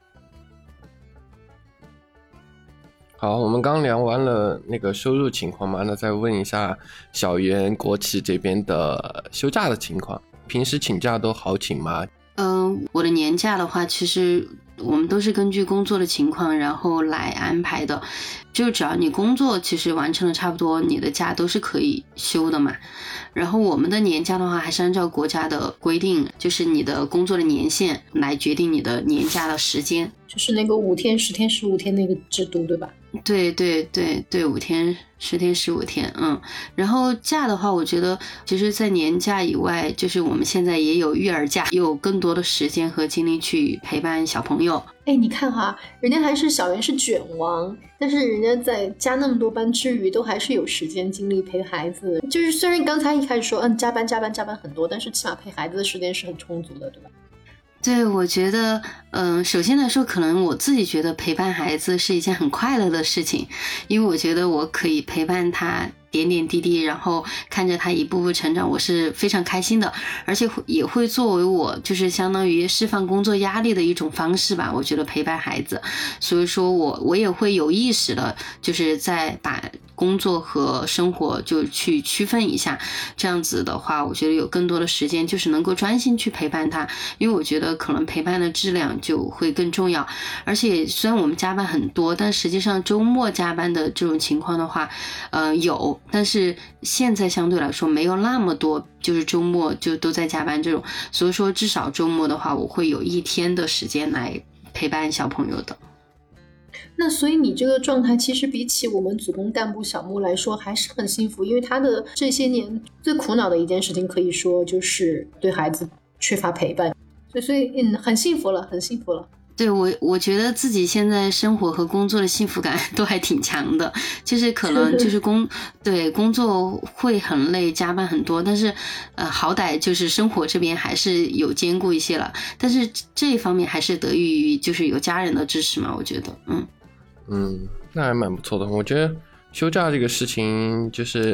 好，我们刚聊完了那个收入情况嘛，那再问一下小袁国企这边的休假的情况，平时请假都好请吗？ 嗯、呃，我的年假的话，其实我们都是根据工作的情况然后来安排的，就只要你工作其实完成的差不多，你的假都是可以休的嘛。然后我们的年假的话还是按照国家的规定，就是你的工作的年限来决定你的年假的时间， 就是那个五天十天十五天那个制度，对吧？ 对对对对，五天十天十五天，嗯。然后假的话，我觉得其实在年假以外，就是我们现在也有育儿假，有更多的时间和精力去陪伴小朋友。 哎，你看哈，人家还是小袁是卷王，但是人家在加那么多班之余，都还是有时间精力陪孩子。就是虽然刚才一开始说，嗯，加班加班加班很多，但是起码陪孩子的时间是很充足的，对吧？ 对，我觉得，嗯、呃，首先来说，可能我自己觉得陪伴孩子是一件很快乐的事情，因为我觉得我可以陪伴他点点滴滴，然后看着他一步步成长，我是非常开心的，而且也会作为我就是相当于释放工作压力的一种方式吧。我觉得陪伴孩子，所以说我我也会有意识的，就是在把工作和生活就去区分一下，这样子的话，我觉得有更多的时间就是能够专心去陪伴他，因为我觉得可能陪伴的质量就会更重要。而且虽然我们加班很多，但实际上周末加班的这种情况的话，呃，有，但是现在相对来说没有那么多，就是周末就都在加班这种，所以说至少周末的话，我会有一天的时间来陪伴小朋友的。 那所以你这个状态其实比起我们组工干部小木来说还是很幸福，因为他的这些年最苦恼的一件事情可以说就是对孩子缺乏陪伴，所以所以嗯，很幸福了，很幸福了。 对，我我觉得自己现在生活和工作的幸福感都还挺强的，就是可能就是工对工作会很累，加班很多，但是呃好歹就是生活这边还是有兼顾一些了，但是这一方面还是得益于就是有家人的支持嘛，我觉得嗯嗯，那还蛮不错的。我觉得休假这个事情就是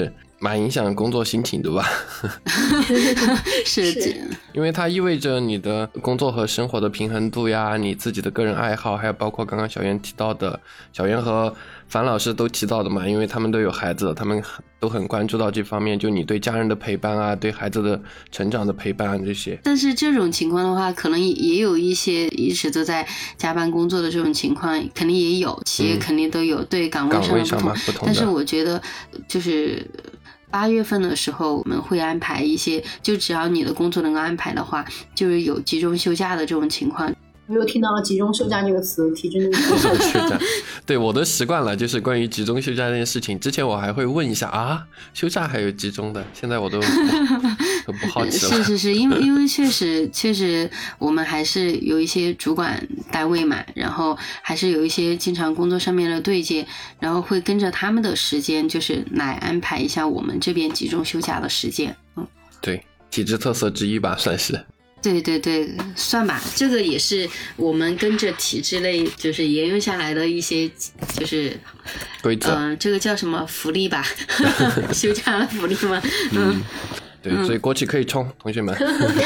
蛮影响工作心情的吧？ 是是因为它意味着你的工作和生活的平衡度呀，你自己的个人爱好，还有包括刚刚小袁提到的，小袁和樊老师都提到的嘛，因为他们都有孩子，他们都很关注到这方面，就你对家人的陪伴啊，对孩子的成长的陪伴啊这些。 但是这种情况的话，可能也有一些一直都在加班工作的这种情况，肯定也有，企业肯定都有、嗯、对岗位上的不同。 岗位上嘛不同的。 但是我觉得就是八月份的时候，我们会安排一些，就只要你的工作能够安排的话，就是有集中休假的这种情况。 我又听到了集中休假这个词，体制内集中休假，对，我都习惯了，就是关于集中休假这件事情，之前我还会问一下啊，休假还有集中的，现在我都都不好奇了。 是是是，因为因为确实确实我们还是有一些主管单位嘛，然后还是有一些经常工作上面的对接，然后会跟着他们的时间，就是来安排一下我们这边集中休假的时间。嗯， 对，体制特色之一吧，算是。 对对对，算吧，这个也是我们跟着体制内就是沿用下来的一些就是规则， 嗯、呃，这个叫什么福利吧，休假的福利吗？嗯， 对，所以国企可以冲，同学们。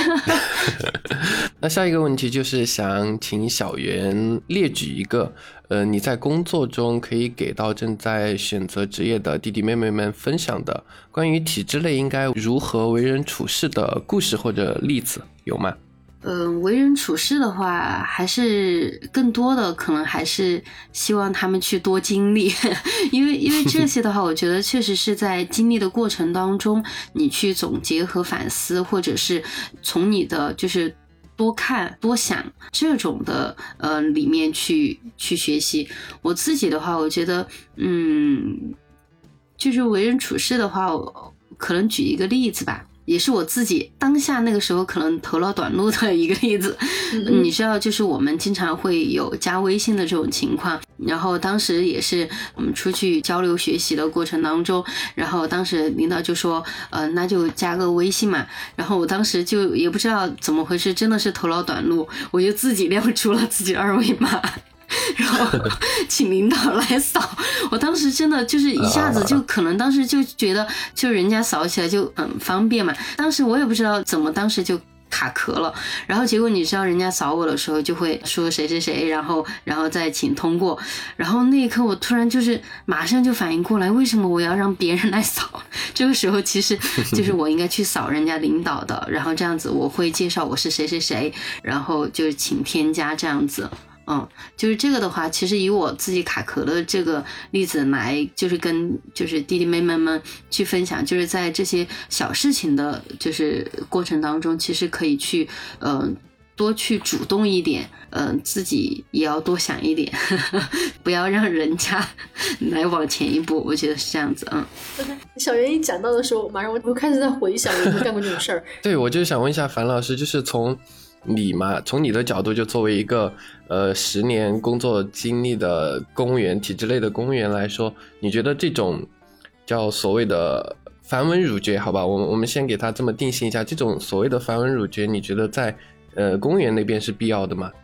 那下一个问题就是想请小袁列举一个，呃，你在工作中可以给到正在选择职业的弟弟妹妹们分享的关于体制内应该如何为人处事的故事或者例子，有吗？ 嗯、呃，为人处事的话，还是更多的可能还是希望他们去多经历，因为因为这些的话，我觉得确实是在经历的过程当中，你去总结和反思，或者是从你的就是多看多想这种的呃里面去去学习。我自己的话，我觉得嗯，就是为人处事的话，我可能举一个例子吧。也是我自己当下那个时候可能头脑短路的一个例子。嗯、你知道就是我们经常会有加微信的这种情况，然后当时也是我们出去交流学习的过程当中，然后当时领导就说呃那就加个微信嘛，然后我当时就也不知道怎么回事，真的是头脑短路，我就自己亮出了自己二维码，然后请领导来扫。我当时真的就是一下子就可能当时就觉得就人家扫起来就很方便嘛，当时我也不知道怎么当时就卡壳了，然后结果你知道人家扫我的时候就会说谁谁谁，然后然后再请通过，然后那一刻我突然就是马上就反应过来，为什么我要让别人来扫？这个时候其实就是我应该去扫人家领导的，然后这样子我会介绍我是谁谁谁，然后就请添加这样子。嗯，就是这个的话，其实以我自己卡壳的这个例子来，就是跟就是弟弟妹妹们去分享，就是在这些小事情的，就是过程当中，其实可以去呃多去主动一点，呃自己也要多想一点，呵呵，不要让人家来往前一步，我觉得是这样子。嗯， 小袁一讲到的时候，马上我我开始在回想我有没有干过这种事儿。 对，我就想问一下樊老师，就是从你嘛，从你的角度，就作为一个呃十年工作经历的公务员，体制内的公务员来说，你觉得这种叫所谓的繁文缛节，好吧，我们我们先给它这么定性一下，这种所谓的繁文缛节，你觉得在呃公务员那边是必要的吗？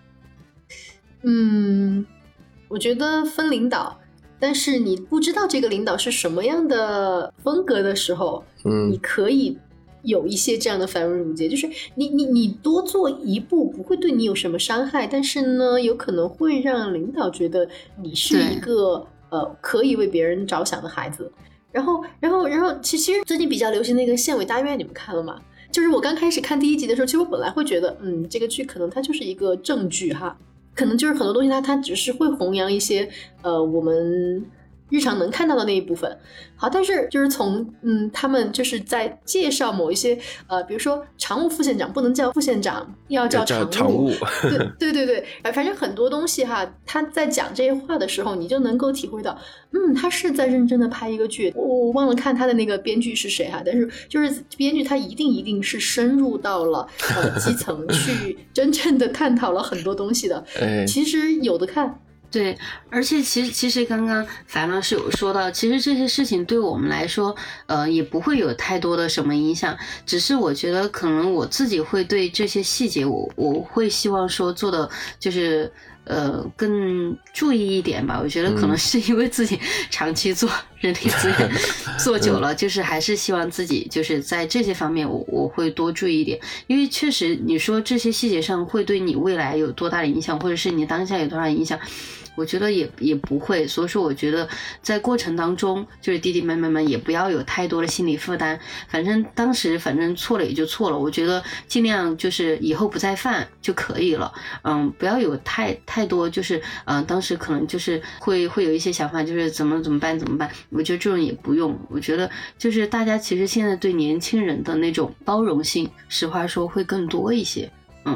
嗯，我觉得分领导，但是你不知道这个领导是什么样的风格的时候，嗯，你可以有一些这样的繁文缛节，就是你你你多做一步不会对你有什么伤害，但是呢，有可能会让领导觉得你是一个呃可以为别人着想的孩子。然后，然后，然后，其实最近比较流行那个县委大院，你们看了吗？就是我刚开始看第一集的时候，其实我本来会觉得，嗯，这个剧可能它就是一个正剧哈，可能就是很多东西它它只是会弘扬一些呃我们日常能看到的那一部分。好，但是就是从嗯他们就是在介绍某一些呃比如说常务副县长不能叫副县长，要叫常务， 常务对对对对，反正很多东西哈，他在讲这些话的时候，你就能够体会到，嗯，他是在认真的拍一个剧。我我忘了看他的那个编剧是谁哈，但是就是编剧他一定一定是深入到了呃基层去真正的探讨了很多东西的。 哎、 其实有的看。 对，而且其实其实刚刚樊老师有说到，其实这些事情对我们来说，呃，也不会有太多的什么影响，只是我觉得可能我自己会对这些细节我，我我会希望说做的就是呃更注意一点吧。我觉得可能是因为自己长期做人力资源做久了，就是还是希望自己就是在这些方面我我会多注意一点，因为确实你说这些细节上会对你未来有多大的影响，或者是你当下有多大的影响，我觉得也也不会。所以说我觉得在过程当中，就是弟弟妹妹们也不要有太多的心理负担，反正当时反正错了也就错了，我觉得尽量就是以后不再犯就可以了。嗯，不要有太太多就是嗯、呃，当时可能就是会会有一些想法，就是怎么怎么办怎么办，我觉得这种也不用。我觉得就是大家其实现在对年轻人的那种包容性，实话说会更多一些。嗯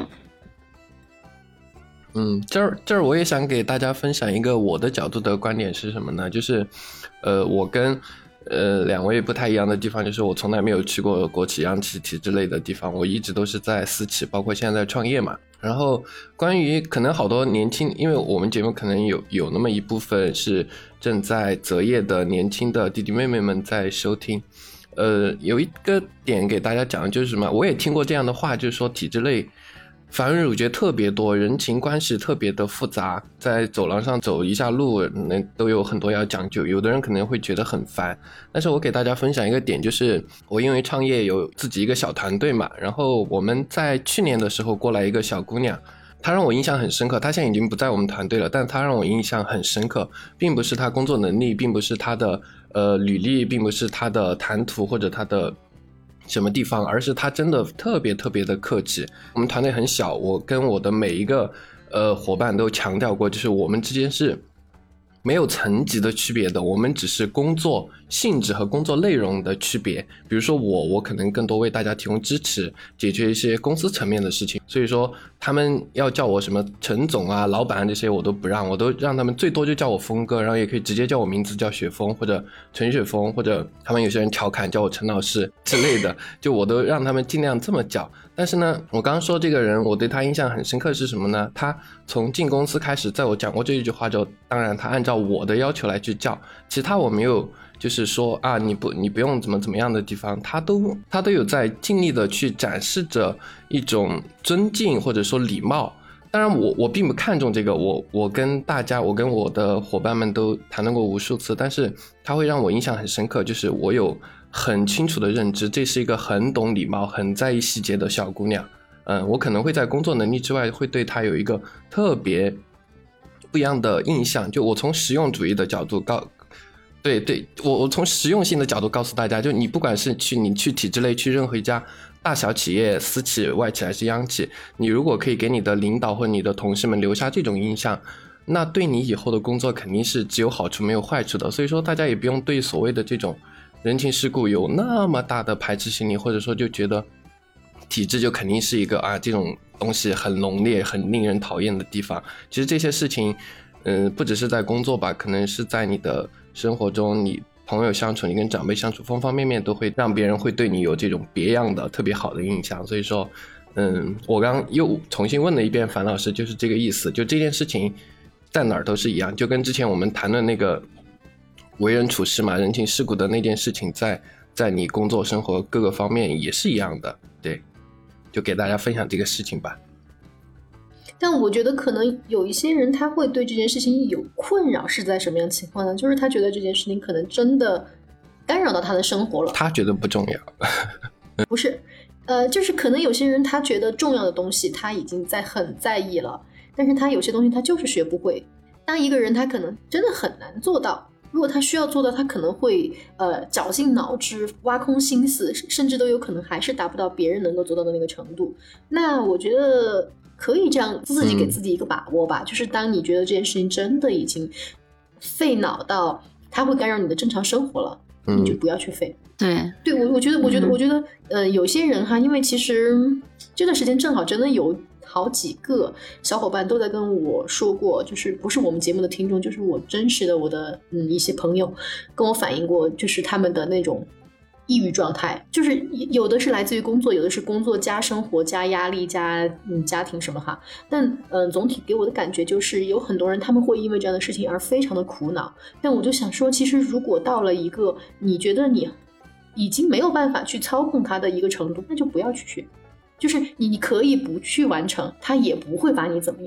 嗯，这儿这儿我也想给大家分享一个我的角度的观点是什么呢？就是，呃，我跟呃两位不太一样的地方，就是我从来没有去过国企、央企、体制类的地方，我一直都是在私企，包括现在在创业嘛。然后关于可能好多年轻，因为我们节目可能有有那么一部分是正在择业的年轻的弟弟妹妹们在收听，呃，有一个点给大家讲的就是什么？我也听过这样的话，就是说体制类繁文缛节特别多，人情关系特别的复杂，在走廊上走一下路那都有很多要讲究，有的人可能会觉得很烦。但是我给大家分享一个点，就是我因为创业有自己一个小团队嘛，然后我们在去年的时候过来一个小姑娘，她让我印象很深刻，她现在已经不在我们团队了，但她让我印象很深刻，并不是她工作能力，并不是她的呃履历，并不是她的谈吐或者她的什么地方，而是他真的特别特别的客气。我们团队很小，我跟我的每一个呃伙伴都强调过，就是我们之间是没有层级的区别的，我们只是工作性质和工作内容的区别。比如说我我可能更多为大家提供支持，解决一些公司层面的事情，所以说他们要叫我什么陈总啊老板这些我都不让，我都让他们最多就叫我峰哥，然后也可以直接叫我名字叫雪峰或者陈雪峰，或者他们有些人调侃叫我陈老师之类的，就我都让他们尽量这么叫。但是呢，我刚刚说这个人我对他印象很深刻是什么呢？他从进公司开始，在我讲过这一句话之后，当然他按照我的要求来去叫，其他我没有就是说啊你不你不用怎么怎么样的地方，他都他都有在尽力的去展示着一种尊敬或者说礼貌。当然我我并不看重这个，我我跟大家我跟我的伙伴们都谈论过无数次，但是他会让我印象很深刻，就是我有很清楚的认知，这是一个很懂礼貌很在意细节的小姑娘。嗯，我可能会在工作能力之外会对她有一个特别不一样的印象，就我从实用主义的角度告对对我我从实用性的角度告诉大家，就你不管是去你去体制类，去任何一家大小企业，私企外企还是央企，你如果可以给你的领导或你的同事们留下这种印象，那对你以后的工作肯定是只有好处没有坏处的。所以说大家也不用对所谓的这种人情世故有那么大的排斥心理，或者说就觉得体制就肯定是一个啊这种东西很浓烈很令人讨厌的地方。其实这些事情嗯、呃，不只是在工作吧，可能是在你的生活中，你朋友相处，你跟长辈相处，方方面面都会让别人会对你有这种别样的特别好的印象。所以说嗯，我刚又重新问了一遍樊老师，就是这个意思，就这件事情在哪儿都是一样，就跟之前我们谈论那个为人处事嘛，人情世故的那件事情，在在你工作生活各个方面也是一样的。对，就给大家分享这个事情吧。 但我觉得可能有一些人他会对这件事情有困扰，是在什么样的情况呢？就是他觉得这件事情可能真的干扰到他的生活了， 他觉得不重要不是呃，就是可能有些人他觉得重要的东西他已经在很在意了，但是他有些东西他就是学不会。当一个人他可能真的很难做到，如果他需要做到，他可能会呃绞尽脑汁挖空心思，甚至都有可能还是达不到别人能够做到的那个程度。那我觉得可以这样自己给自己一个把握吧、嗯、就是当你觉得这件事情真的已经费脑到它会干扰你的正常生活了、嗯、你就不要去费。 对对，我我觉得我觉得、嗯、我觉得呃有些人哈，因为其实这段时间正好真的有好几个小伙伴都在跟我说过，就是不是我们节目的听众，就是我真实的我的嗯一些朋友跟我反映过，就是他们的那种抑郁状态，就是有的是来自于工作，有的是工作加生活加压力加嗯家庭什么哈。但嗯、呃，总体给我的感觉就是有很多人他们会因为这样的事情而非常的苦恼。但我就想说，其实如果到了一个你觉得你已经没有办法去操控它的一个程度，那就不要去学。就是你你可以不去完成，它也不会把你怎么样。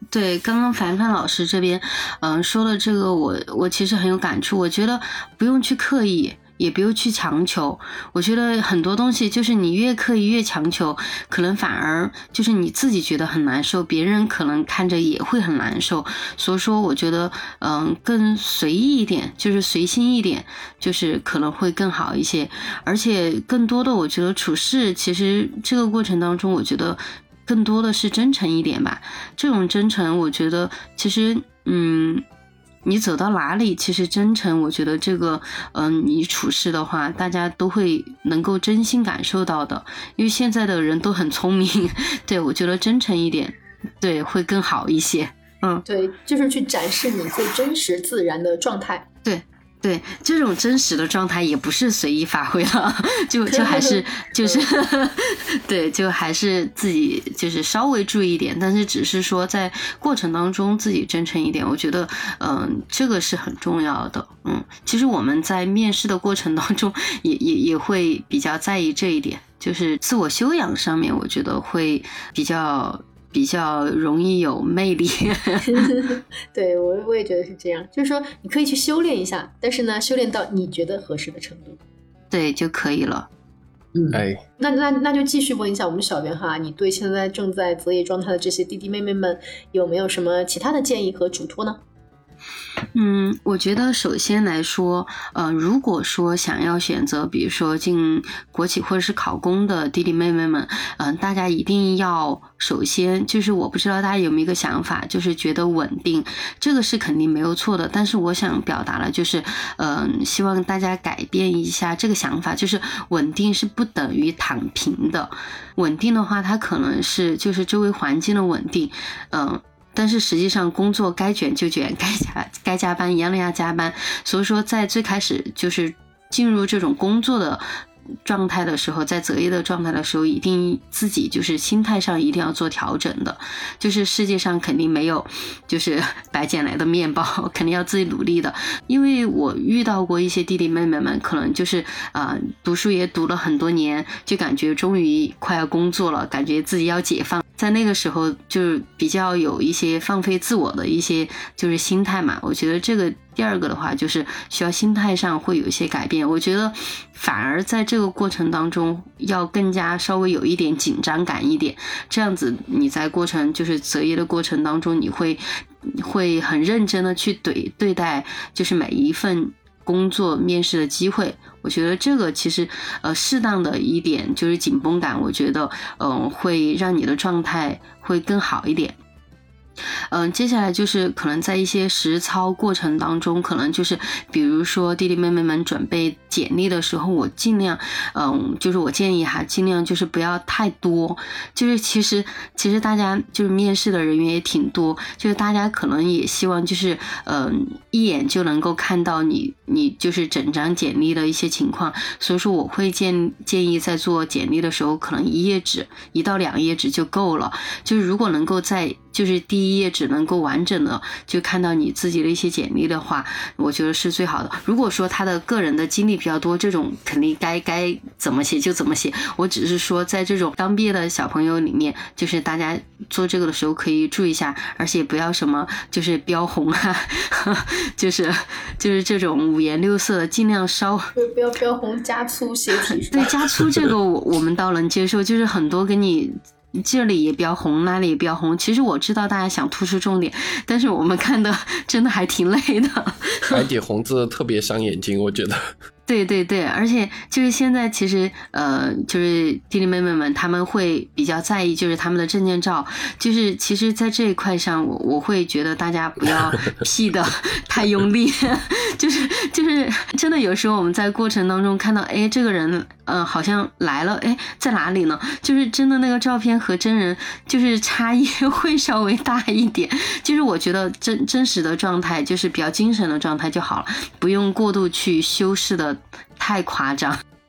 对，刚刚凡凡老师这边，嗯、呃，说的这个我，我我其实很有感触。我觉得不用去刻意，也不用去强求。我觉得很多东西就是你越刻意越强求，可能反而就是你自己觉得很难受，别人可能看着也会很难受。所以说，我觉得，嗯、呃，更随意一点，就是随心一点，就是可能会更好一些。而且更多的，我觉得处事其实这个过程当中，我觉得。更多的是真诚一点吧，这种真诚我觉得其实嗯你走到哪里其实真诚，我觉得这个嗯、呃、你处事的话大家都会能够真心感受到的，因为现在的人都很聪明，对，我觉得真诚一点对会更好一些。嗯， 对，就是去展示你最真实自然的状态。 对对，这种真实的状态也不是随意发挥了，就就还是就是对，就还是自己就是稍微注意一点，但是只是说在过程当中自己真诚一点，我觉得嗯、呃，这个是很重要的。嗯，其实我们在面试的过程当中也也也会比较在意这一点，就是自我修养上面，我觉得会比较。比较容易有魅力对，我我也觉得是这样，就是说你可以去修炼一下，但是呢修炼到你觉得合适的程度， 对就可以了。 嗯， 哎， 那那那就继续问一下我们小袁哈，你对现在正在择业状态的这些弟弟妹妹们有没有什么其他的建议和嘱托呢？ 嗯，我觉得首先来说，呃，如果说想要选择，比如说进国企或者是考公的弟弟妹妹们，嗯、呃，大家一定要首先就是我不知道大家有没有一个想法，就是觉得稳定，这个是肯定没有错的。但是我想表达了，就是嗯、呃，希望大家改变一下这个想法，就是稳定是不等于躺平的。稳定的话，它可能是就是周围环境的稳定，嗯、呃。但是实际上工作该卷就卷，该加该加班一样的要加班，所以说在最开始就是进入这种工作的状态的时候，在择业的状态的时候，一定自己就是心态上一定要做调整的，就是世界上肯定没有就是白捡来的面包，肯定要自己努力的。因为我遇到过一些弟弟妹妹们，可能就是啊、呃、读书也读了很多年，就感觉终于快要工作了，感觉自己要解放，在那个时候就是比较有一些放飞自我的一些就是心态嘛。我觉得这个第二个的话就是需要心态上会有一些改变，我觉得反而在这个过程当中要更加稍微有一点紧张感一点，这样子你在过程就是择业的过程当中你会会很认真的去对对待就是每一份工作面试的机会。我觉得这个其实呃适当的一点就是紧绷感，我觉得嗯、呃、会让你的状态会更好一点。嗯、呃，接下来就是可能在一些实操过程当中，可能就是比如说弟弟妹妹们准备简历的时候，我尽量嗯、呃，就是我建议哈，尽量就是不要太多，就是其实其实大家就是面试的人员也挺多，就是大家可能也希望就是嗯、呃、一眼就能够看到你你就是整张简历的一些情况，所以说我会建建议在做简历的时候，可能一页纸一到两页纸就够了，就是如果能够在就是第一页纸能够完整的就看到你自己的一些简历的话，我觉得是最好的。如果说他的个人的经历比较多，这种肯定该该怎么写就怎么写。我只是说在这种刚毕业的小朋友里面，就是大家做这个的时候可以注意一下，而且不要什么就是标红啊，就是就是这种五颜六色的，尽量稍不要标红加粗写体。 对，加粗这个我我们倒能接受，就是很多给你这里也标红那里也标红，其实我知道大家想突出重点，但是我们看的真的还挺累的。 白底红字特别伤眼睛，我觉得。 对对对，而且就是现在其实呃，就是弟弟妹妹们他们会比较在意就是他们的证件照，就是其实在这一块上我我会觉得大家不要 P 的太用力，就是就是真的有时候我们在过程当中看到哎这个人呃好像来了，哎在哪里呢，就是真的那个照片和真人就是差异会稍微大一点，就是我觉得真真实的状态就是比较精神的状态就好了，不用过度去修饰的太夸张。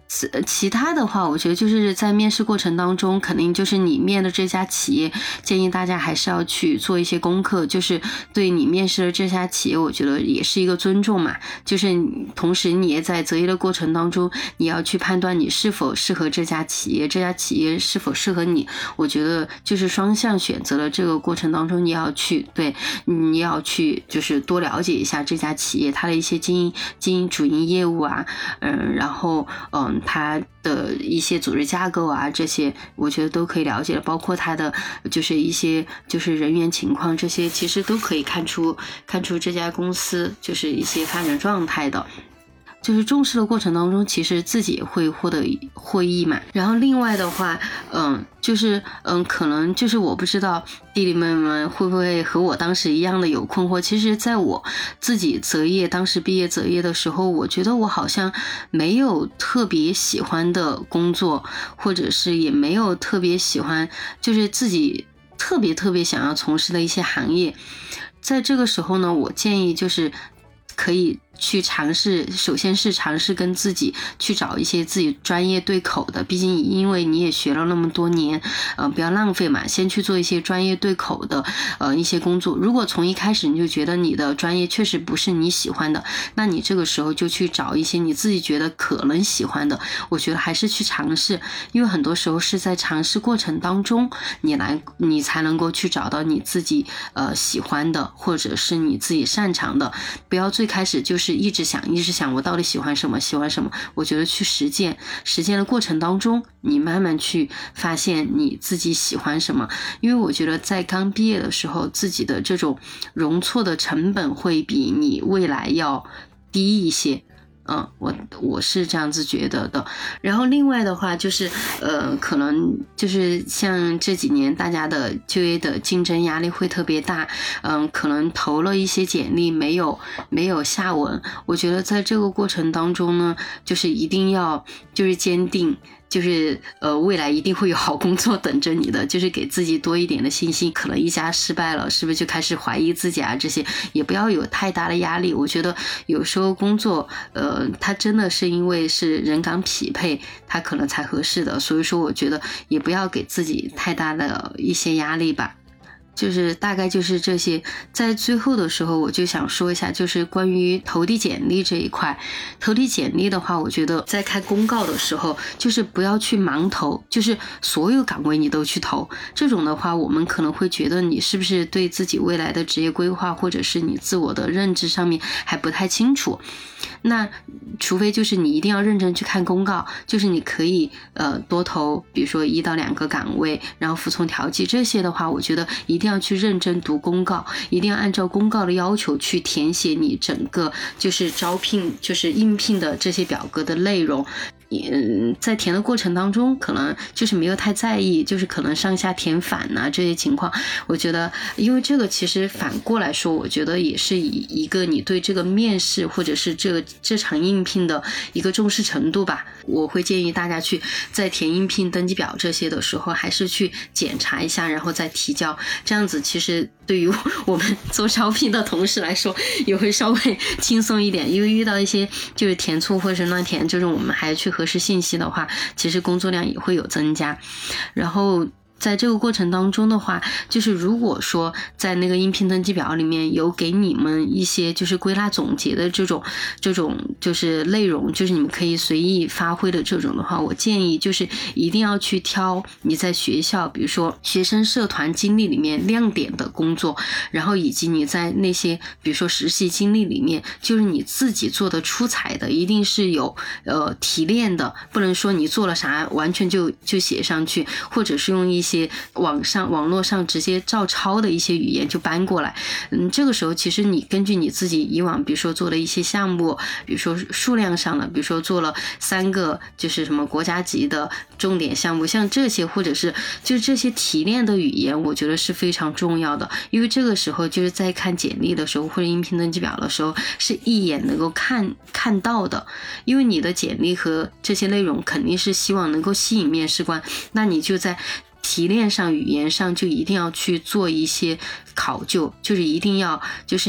其他的话，我觉得就是在面试过程当中，肯定就是你面的这家企业，建议大家还是要去做一些功课，就是对你面试的这家企业，我觉得也是一个尊重嘛。就是同时你也在择业的过程当中，你要去判断你是否适合这家企业，这家企业是否适合你。我觉得就是双向选择的这个过程当中，你要去对，你要去就是多了解一下这家企业它的一些经营经营主营业务啊，嗯，然后嗯。它的一些组织架构啊，这些我觉得都可以了解，包括它的就是一些就是人员情况，这些其实都可以看出看出这家公司就是一些发展状态的。就是重视的过程当中，其实自己也会获得获益嘛。然后另外的话，嗯，就是嗯，可能就是我不知道弟弟妹妹们会不会和我当时一样的有困惑。其实在我自己择业，当时毕业择业的时候，我觉得我好像没有特别喜欢的工作，或者是也没有特别喜欢，就是自己特别特别想要从事的一些行业。在这个时候呢，我建议就是可以去尝试，首先是尝试跟自己去找一些自己专业对口的，毕竟因为你也学了那么多年，呃，不要浪费嘛，先去做一些专业对口的呃一些工作。如果从一开始你就觉得你的专业确实不是你喜欢的，那你这个时候就去找一些你自己觉得可能喜欢的，我觉得还是去尝试，因为很多时候是在尝试过程当中，你来你才能够去找到你自己呃喜欢的，或者是你自己擅长的，不要最开始就是一直想一直想我到底喜欢什么喜欢什么。我觉得去实践实践的过程当中，你慢慢去发现你自己喜欢什么。因为我觉得在刚毕业的时候，自己的这种容错的成本会比你未来要低一些。嗯，我我是这样子觉得的。然后另外的话就是，呃，可能就是像这几年大家的就业的竞争压力会特别大，嗯，可能投了一些简历没有没有下文。我觉得在这个过程当中呢，就是一定要就是坚定。就是呃，未来一定会有好工作等着你的，就是给自己多一点的信心。可能一家失败了，是不是就开始怀疑自己啊？这些也不要有太大的压力。我觉得有时候工作，呃，它真的是因为是人岗匹配，它可能才合适的。所以说，我觉得也不要给自己太大的一些压力吧。就是大概就是这些。在最后的时候我就想说一下，就是关于投递简历这一块。投递简历的话，我觉得在看公告的时候，就是不要去盲投，就是所有岗位你都去投。这种的话，我们可能会觉得你是不是对自己未来的职业规划或者是你自我的认知上面还不太清楚。那除非就是你一定要认真去看公告，就是你可以呃多投比如说一到两个岗位，然后服从调剂，这些的话我觉得一定要去认真读公告，一定要按照公告的要求去填写你整个就是招聘就是应聘的这些表格的内容。嗯，在填的过程当中可能就是没有太在意，就是可能上下填反啊这些情况。我觉得因为这个其实反过来说，我觉得也是以一个你对这个面试或者是这个这场应聘的一个重视程度吧。我会建议大家去在填应聘登记表这些的时候还是去检查一下，然后再提交，这样子其实对于我们做招聘的同事来说也会稍微轻松一点。因为遇到一些就是填错或者是乱填，就是我们还去核实信息的话，其实工作量也会有增加。然后在这个过程当中的话，就是如果说在那个应聘登记表里面有给你们一些就是归纳总结的这种这种就是内容，就是你们可以随意发挥的这种的话，我建议就是一定要去挑你在学校比如说学生社团经历里面亮点的工作，然后以及你在那些比如说实习经历里面就是你自己做的出彩的，一定是有呃提炼的，不能说你做了啥完全就就写上去，或者是用一些一些网上网络上直接照抄的一些语言就搬过来。嗯，这个时候其实你根据你自己以往比如说做的一些项目，比如说数量上的，比如说做了三个就是什么国家级的重点项目，像这些或者是就是这些提炼的语言，我觉得是非常重要的。因为这个时候就是在看简历的时候或者应聘登记表的时候是一眼能够看看到的。因为你的简历和这些内容肯定是希望能够吸引面试官，那你就在提炼上语言上就一定要去做一些考究，就是一定要就是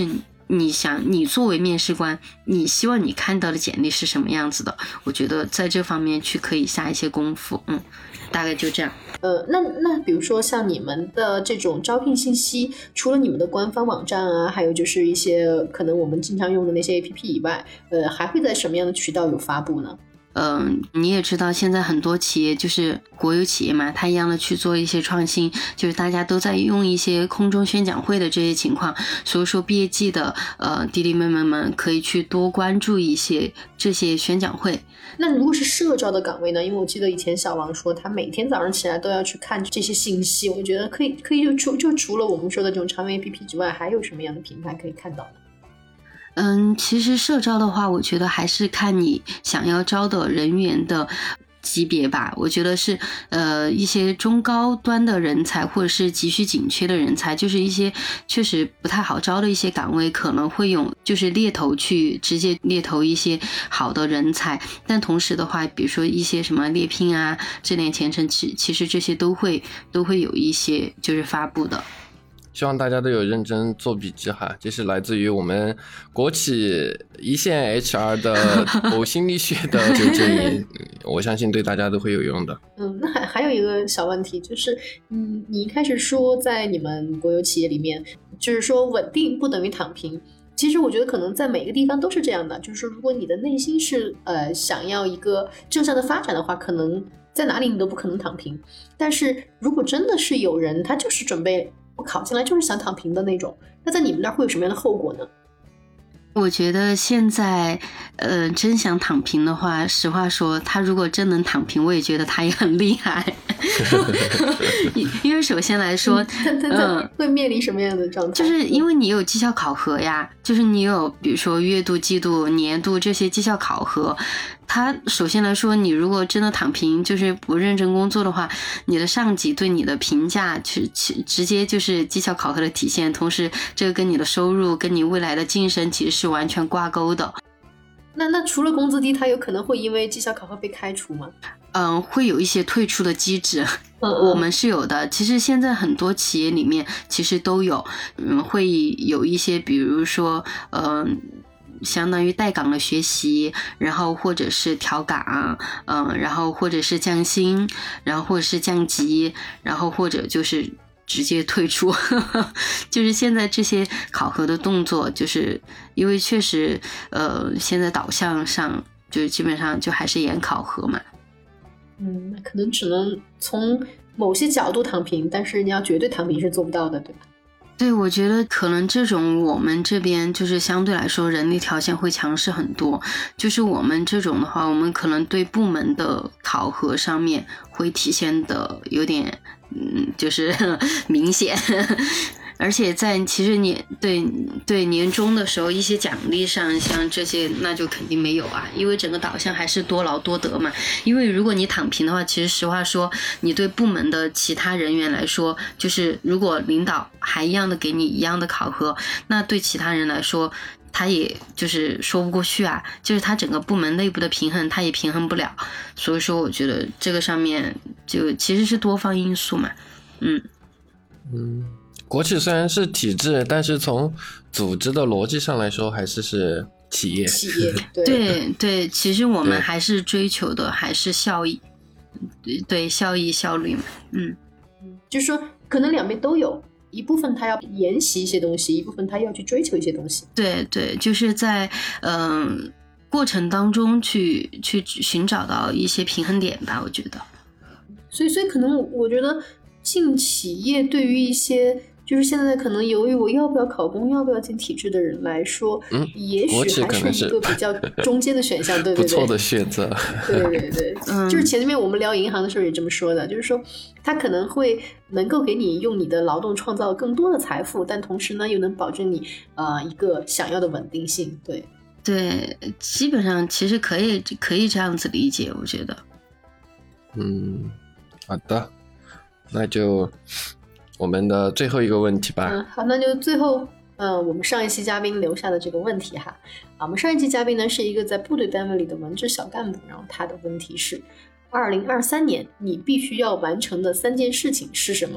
你想你作为面试官，你希望你看到的简历是什么样子的，我觉得在这方面去可以下一些功夫。嗯，大概就这样。 呃，那那比如说像你们的这种招聘信息，除了你们的官方网站啊，还有就是一些可能我们经常用的那些 A P P 以外，呃，还会在什么样的渠道有发布呢？ 嗯，你也知道现在很多企业就是国有企业嘛，它一样的去做一些创新，就是大家都在用一些空中宣讲会的这些情况，所以说毕业季的呃弟弟妹妹们可以去多关注一些这些宣讲会。 那如果是社招的岗位呢？因为我记得以前小王说他每天早上起来都要去看这些信息，我觉得可以可以就除就除了我们说的这种常用 A P P 之外，还有什么样的平台可以看到呢？ 嗯，其实社招的话，我觉得还是看你想要招的人员的级别吧。我觉得是呃一些中高端的人才，或者是急需紧缺的人才，就是一些确实不太好招的一些岗位，可能会用就是猎头去直接猎头一些好的人才。但同时的话，比如说一些什么猎聘啊、智联前程，其其实这些都会都会有一些就是发布的。 希望大家都有认真做笔记哈，这是来自于我们国企一线 H R 的呕心沥血的这个建议，我相信对大家都会有用的。 嗯，那还还有一个小问题，就是嗯，你一开始说在你们国有企业里面，就是说稳定不等于躺平。其实我觉得可能在每个地方都是这样的，就是说如果你的内心是呃想要一个正向的发展的话，可能在哪里你都不可能躺平。但是如果真的是有人他就是准备我考进来就是想躺平的那种，那在你们那儿会有什么样的后果呢？ 我觉得现在呃真想躺平的话，实话说他如果真能躺平，我也觉得他也很厉害因为首先来说他他他会面临什么样的状态？ 就是因为你有绩效考核呀，就是你有比如说月度、季度、年度这些绩效考核，他首先来说，你如果真的躺平，就是不认真工作的话，你的上级对你的评价去直接就是绩效考核的体现，同时这个跟你的收入跟你未来的晋升其实是完全挂钩的。 那那除了工资低，他有可能会因为绩效考核被开除吗？ 嗯，会有一些退出的机制， 嗯我们是有的。其实现在很多企业里面其实都有，嗯，会有一些，比如说，嗯。相当于带岗的学习，然后或者是调岗，嗯，然后或者是降薪，然后或者是降级，然后或者就是直接退出就是现在这些考核的动作，就是因为确实呃现在导向上就是基本上就还是严考核嘛。 嗯，那可能只能从某些角度躺平，但是你要绝对躺平是做不到的，对吧？ 对，我觉得可能这种我们这边就是相对来说人力条件会强势很多，就是我们这种的话，我们可能对部门的考核上面会体现的有点嗯，就是明显而且在其实年对对年终的时候，一些奖励上像这些那就肯定没有啊，因为整个导向还是多劳多得嘛。因为如果你躺平的话，其实实话说，你对部门的其他人员来说，就是如果领导还一样的给你一样的考核，那对其他人来说他也就是说不过去啊，就是他整个部门内部的平衡他也平衡不了。所以说我觉得这个上面就其实是多方因素嘛。嗯嗯，国企虽然是体制，但是从组织的逻辑上来说还是是企业企业对对对，其实我们还是追求的还是效益，对效益效率嘛。嗯， 就是说可能两边都有，一部分他要研习一些东西，一部分他要去追求一些东西。 对对，就是在嗯、呃、过程当中去去寻找到一些平衡点吧，我觉得。 所以所以可能我觉得进企业对于一些就是现在可能犹豫我要不要考公要不要进体制的人来说， 嗯， 也许还是一个比较中间的选项对对对， 不错的选择。 对对对，嗯，就是前面我们聊银行的时候也这么说的，就是说它可能会能够给你用你的劳动创造更多的财富，但同时呢又能保证你呃一个想要的稳定性。对对，基本上其实可以可以这样子理解，我觉得。 嗯，好的，那就我们的最后一个问题吧。 嗯，好，那就最后，呃，我们上一期嘉宾留下的这个问题哈，啊，我们上一期嘉宾呢是一个在部队单位里的文职小干部，然后他的问题是，二零二三年你必须要完成的三件事情是什么？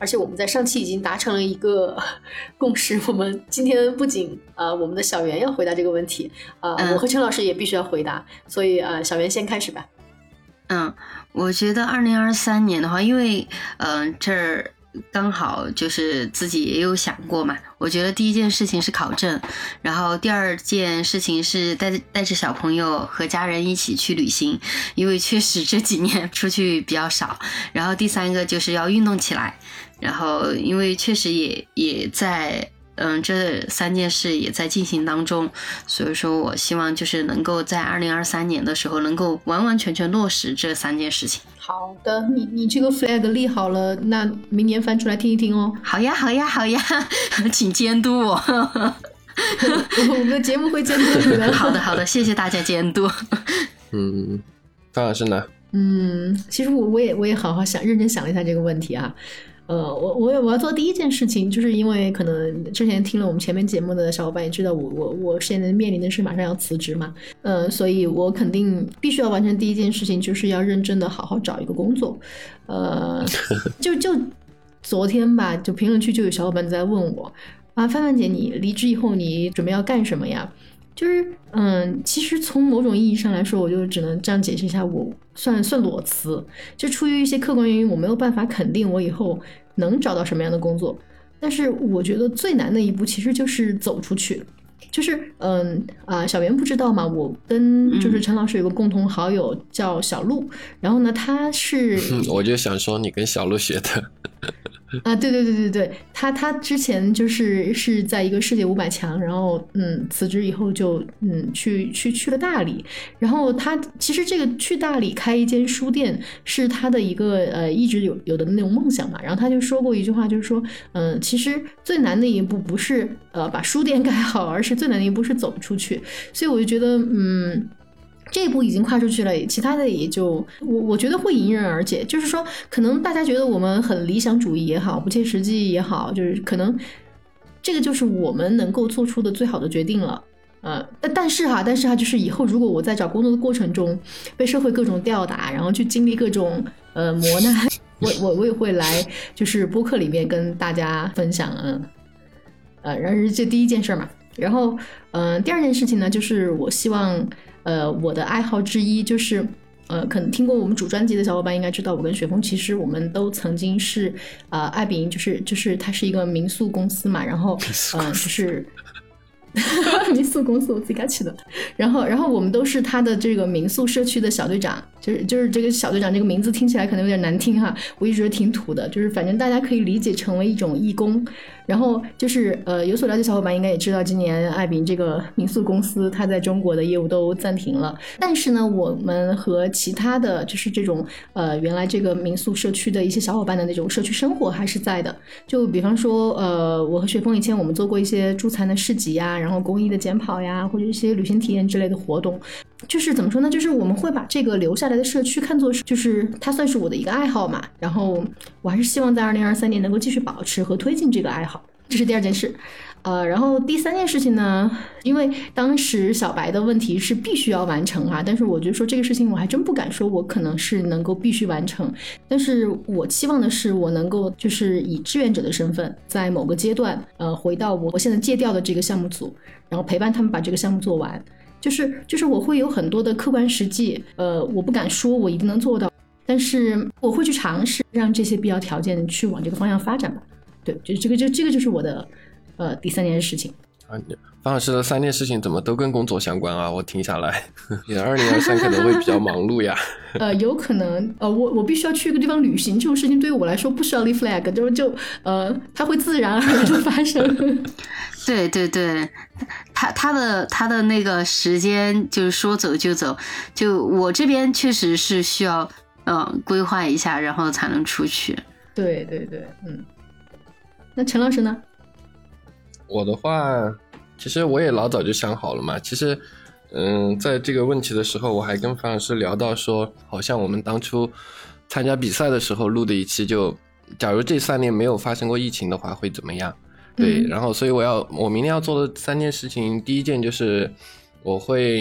而且我们在上期已经达成了一个共识，我们今天不仅呃我们的小袁要回答这个问题，呃，嗯、我和陈老师也必须要回答，所以呃小袁先开始吧。 嗯，我觉得二零二三年的话，因为嗯、呃、这儿刚好就是自己也有想过嘛，我觉得第一件事情是考证，然后第二件事情是带带着小朋友和家人一起去旅行，因为确实这几年出去比较少，然后第三个就是要运动起来，然后因为确实也也在嗯，这三件事也在进行当中，所以说我希望就是能够在二零二三年的时候能够完完全全落实这三件事情。 好的，你你这个 flag 立好了，那明年翻出来听一听哦。 好呀，好呀，好呀，请监督我。 我们的节目会监督你的。 好的，好的，谢谢大家监督。 嗯，范老师呢？ 嗯，其实我我也我也好好想认真想了一下这个问题啊。呃，我我我要做第一件事情，就是因为可能之前听了我们前面节目的小伙伴也知道我，我我我现在面临的是马上要辞职嘛，呃，所以我肯定必须要完成第一件事情，就是要认真的好好找一个工作。呃，就就昨天吧，就评论区就有小伙伴在问我啊，范范姐，你离职以后你准备要干什么呀？就是嗯，其实从某种意义上来说，我就只能这样解释一下，我算算裸辞，就出于一些客观原因，我没有办法肯定我以后能找到什么样的工作。但是我觉得最难的一步其实就是走出去，就是嗯啊，小袁不知道嘛，我跟就是陈老师有个共同好友叫小鹿，然后呢，他是、 嗯、我就想说你跟小鹿学的。 啊，对对对对对，他他之前就是是在一个世界五百强，然后嗯辞职以后就嗯去去去了大理，然后他其实这个去大理开一间书店是他的一个呃一直有有的那种梦想嘛，然后他就说过一句话，就是说嗯其实最难的一步不是呃把书店盖好，而是最难的一步是走出去，所以我就觉得嗯。这一步已经跨出去了，其他的也就我我觉得会迎刃而解。就是说，可能大家觉得我们很理想主义也好，不切实际也好，就是可能这个就是我们能够做出的最好的决定了。呃，但但是哈，但是哈，就是以后如果我在找工作的过程中被社会各种吊打，然后去经历各种呃磨难，我我我也会来就是播客里面跟大家分享。嗯，呃，然后这第一件事嘛，然后嗯、呃，第二件事情呢，就是我希望。呃，我的爱好之一就是，呃，可能听过我们主专辑的小伙伴应该知道，我跟雪峰其实我们都曾经是，呃，爱彼迎就是就是它是一个民宿公司嘛，然后，嗯、呃，就是。民宿公司我自己给他起的，然后然后我们都是他的这个民宿社区的小队长，就是就是这个小队长这个名字听起来可能有点难听哈，我一直觉得挺土的，就是反正大家可以理解成为一种义工。然后就是呃有所了解小伙伴应该也知道，今年爱彼迎这个民宿公司它在中国的业务都暂停了，但是呢我们和其他的就是这种呃原来这个民宿社区的一些小伙伴的那种社区生活还是在的，就比方说呃我和雪峰以前我们做过一些助残的市集呀，然后公益的简跑呀，或者一些旅行体验之类的活动，就是怎么说呢，就是我们会把这个留下来的社区看作是就是它算是我的一个爱好嘛，然后我还是希望在二零二三年能够继续保持和推进这个爱好，这是第二件事。呃，然后第三件事情呢，因为当时小白的问题是必须要完成啊，但是我觉得说这个事情我还真不敢说我可能是能够必须完成，但是我期望的是我能够就是以志愿者的身份在某个阶段呃回到我我现在借调的这个项目组，然后陪伴他们把这个项目做完，就是就是我会有很多的客观实际，呃，我不敢说我一定能做到，但是我会去尝试让这些必要条件去往这个方向发展吧。对，就这个就这个就是我的呃第三件事情。 啊，方老师的三件事情怎么都跟工作相关啊？我听下来，你的二零二三可能会比较忙碌呀。 呃，有可能，呃，我我必须要去一个地方旅行，这种事情对于我来说不需要立 flag， 就就呃，它会自然而然就发生。 对对对，他他的他的那个时间就是说走就走，就我这边确实是需要呃规划一下，然后才能出去。 对对对，嗯。那陈老师呢？ 我的话，其实我也老早就想好了嘛。其实，嗯，在这个问题的时候，我还跟樊老师聊到说，好像我们当初参加比赛的时候录的一期就，假如这三年没有发生过疫情的话，会怎么样？对，嗯、然后所以我要我明天要做的三件事情，第一件就是我会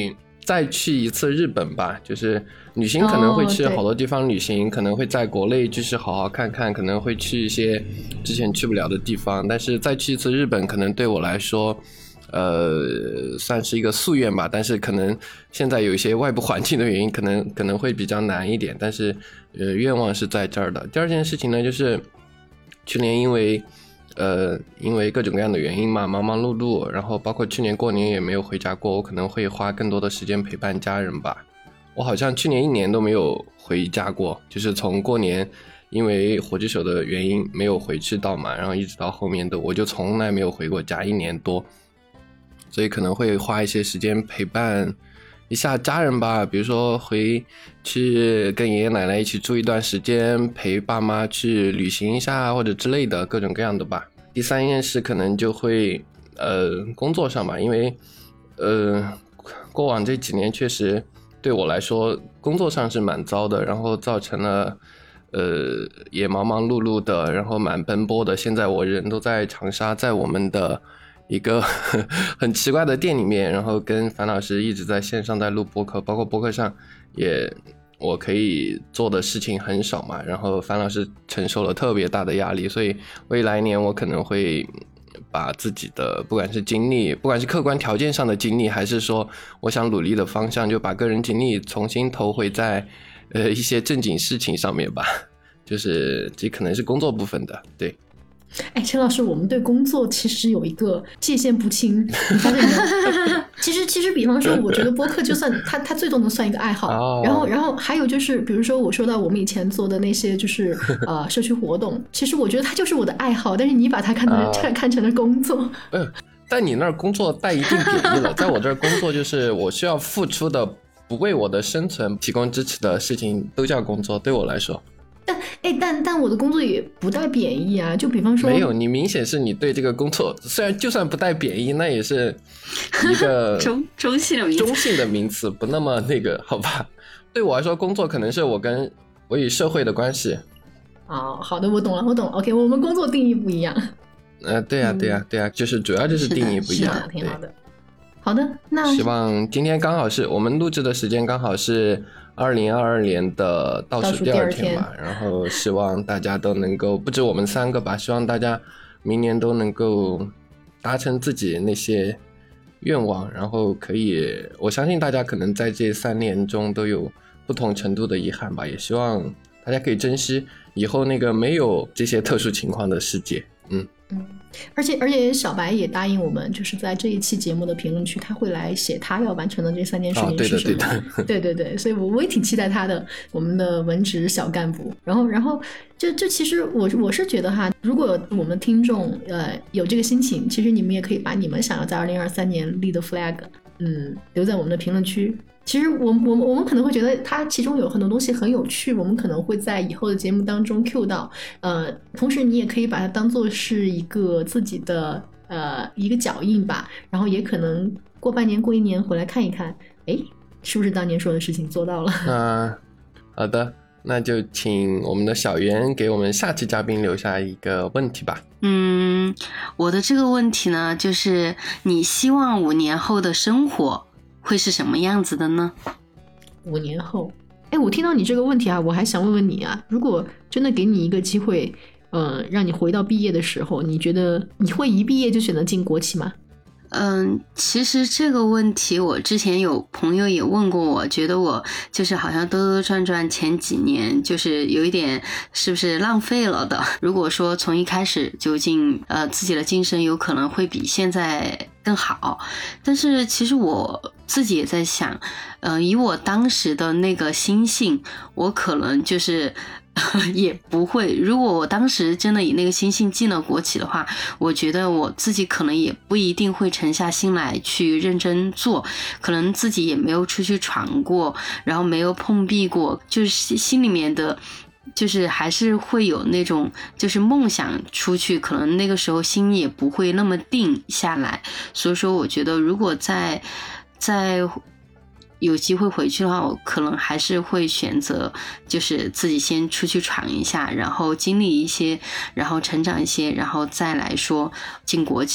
再去一次日本吧，就是旅行可能会去好多地方旅行，哦、可能会在国内就是好好看看，可能会去一些之前去不了的地方，但是再去一次日本可能对我来说呃，算是一个夙愿吧，但是可能现在有一些外部环境的原因，可能可能会比较难一点，但是呃，愿望是在这儿的。第二件事情呢，就是去年因为呃，因为各种各样的原因嘛，忙忙碌碌，然后包括去年过年也没有回家过，我可能会花更多的时间陪伴家人吧。我好像去年一年都没有回家过，就是从过年因为火炬手的原因没有回去到嘛，然后一直到后面的我就从来没有回过家，一年多。所以可能会花一些时间陪伴一下家人吧，比如说回去跟爷爷奶奶一起住一段时间，陪爸妈去旅行一下或者之类的各种各样的吧。第三件事可能就会呃工作上吧，因为呃过往这几年确实对我来说工作上是蛮糟的，然后造成了呃也忙忙碌碌的，然后蛮奔波的。现在我人都在长沙，在我们的一个很奇怪的店里面，然后跟樊老师一直在线上在录播客，包括播客上也我可以做的事情很少嘛，然后樊老师承受了特别大的压力，所以未来年我可能会把自己的不管是精力，不管是客观条件上的精力，还是说我想努力的方向，就把个人精力重新投回在呃一些正经事情上面吧，就是这可能是工作部分的，对。 哎，陈老师，我们对工作其实有一个界限不清，你发现没有？其实，其实，比方说，我觉得播客就算它，它最多能算一个爱好。Oh. 然后，然后还有就是，比如说我说到我们以前做的那些，就是呃社区活动，其实我觉得它就是我的爱好，但是你把它看成、oh. 看, 看成了工作。 嗯，在你那儿工作带一定贬义了，在我这儿工作就是我需要付出的，不为我的生存提供支持的事情都叫工作，对我来说。 但哎，但但我的工作也不带贬义啊，就比方说， 没有，你明显是你对这个工作，虽然就算不带贬义，那也是一个中中性的名词， 中性的名词，不那么那个，好吧？对我来说，工作可能是我跟我与社会的关系。 哦，好的，我懂了，我懂了。OK， 我们工作定义不一样。 呃，对呀、啊，对呀、啊，对呀、啊，就是主要就是定义不一样， 是的，挺好的。好的，那希望今天刚好是我们录制的时间，刚好是二零二二年的倒数第二天吧，然后希望大家都能够，不止我们三个吧，希望大家明年都能够达成自己那些愿望，然后可以，我相信大家可能在这三年中都有不同程度的遗憾吧，也希望大家可以珍惜以后那个没有这些特殊情况的世界。嗯嗯，而且而且小白也答应我们，就是在这一期节目的评论区，他会来写他要完成的这三件事情是什么。 哦、对的， 对对对，所以我我也挺期待他的，我们的文职小干部。然后然后就就其实我我是觉得哈，如果我们听众呃有这个心情，其实你们也可以把你们想要在二零二三年立的 flag， 嗯，留在我们的评论区。其实我我我们可能会觉得它其中有很多东西很有趣，我们可能会在以后的节目当中 cue 到，呃，同时你也可以把它当做是一个自己的呃一个脚印吧，然后也可能过半年过一年回来看一看，哎，是不是当年说的事情做到了？ 嗯，好的，那就请我们的小袁给我们下期嘉宾留下一个问题吧。 嗯，我的这个问题呢，就是你希望五年后的生活会是什么样子的呢？ 五年后，哎，我听到你这个问题啊，我还想问问你啊，如果真的给你一个机会，呃，让你回到毕业的时候，你觉得你会一毕业就选择进国企吗？ 嗯，其实这个问题我之前有朋友也问过我，觉得我就是好像兜兜转转前几年就是有一点是不是浪费了的。如果说从一开始就进呃自己的晋升有可能会比现在更好，但是其实我自己也在想，呃，以我当时的那个心性，我可能就是也不会，如果我当时真的以那个心性进了国企的话，我觉得我自己可能也不一定会沉下心来去认真做，可能自己也没有出去闯过，然后没有碰壁过，就是心里面的就是还是会有那种就是梦想出去，可能那个时候心也不会那么定下来。所以说我觉得如果在在有机会回去的话，我可能还是会选择就是自己先出去闯一下，然后经历一些，然后成长一些，然后再来说进国企。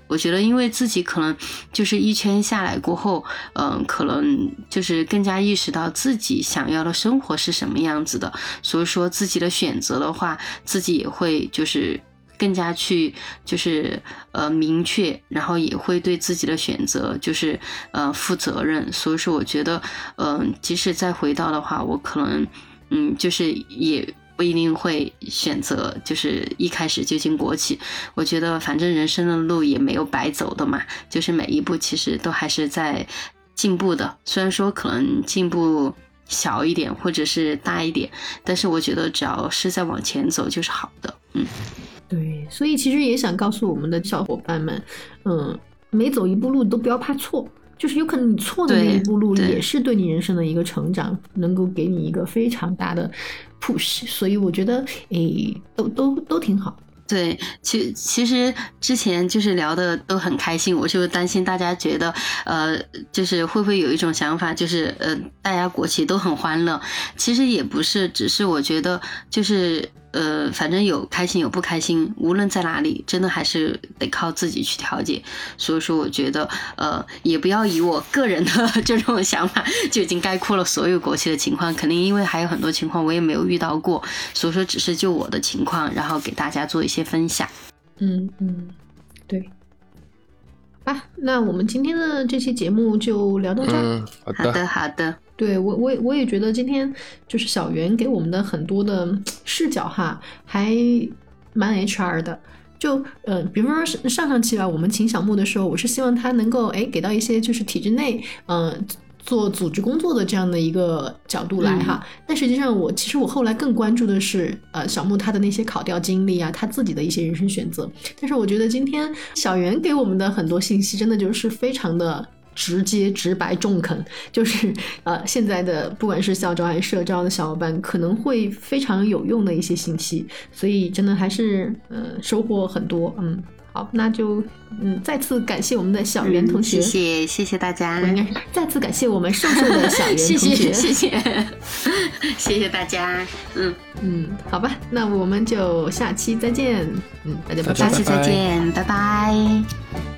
我觉得因为自己可能就是一圈下来过后，嗯、呃，可能就是更加意识到自己想要的生活是什么样子的，所以说自己的选择的话，自己也会就是更加去就是呃明确，然后也会对自己的选择就是呃负责任。所以说我觉得嗯、呃，即使再回到的话，我可能嗯就是也不一定会选择就是一开始就进国企。我觉得反正人生的路也没有白走的嘛，就是每一步其实都还是在进步的，虽然说可能进步小一点或者是大一点，但是我觉得只要是在往前走就是好的。嗯， 对，所以其实也想告诉我们的小伙伴们，嗯，每走一步路都不要怕错，就是有可能你错的那一步路也是对你人生的一个成长，能够给你一个非常大的 push， 所以我觉得诶，都都都挺好。 对，其其实之前就是聊的都很开心，我就担心大家觉得，呃，就是会不会有一种想法，就是呃，大家国企都很欢乐，其实也不是，只是我觉得就是呃，反正有开心有不开心，无论在哪里，真的还是得靠自己去调节。所以说，我觉得呃，也不要以我个人的这种想法就已经概括了所有国企的情况，肯定因为还有很多情况我也没有遇到过，所以说只是就我的情况，然后给大家做一些分享。 嗯嗯，对。吧，那我们今天的这期节目就聊到这儿。 嗯，好的， 好的，好的。 对，我我我也觉得今天就是小袁给我们的很多的视角哈，还蛮 H R 的。就呃，比方说上上期吧，我们请小木的时候，我是希望他能够哎给到一些就是体制内嗯。呃做组织工作的这样的一个角度来哈，嗯、但实际上我其实我后来更关注的是呃小木他的那些考调经历啊，他自己的一些人生选择。但是我觉得今天小袁给我们的很多信息真的就是非常的直接直白中肯，就是呃现在的不管是校招还是社招的小伙伴可能会非常有用的一些信息，所以真的还是呃收获很多。嗯，好，那就嗯再次感谢我们的小袁同学， 嗯、谢谢谢谢大家。 我应该是再次感谢我们瘦瘦的小袁同学， 谢谢谢谢谢谢大家。嗯嗯，好吧，那我们就下期再见。嗯，大家拜拜， 下期再见，拜拜。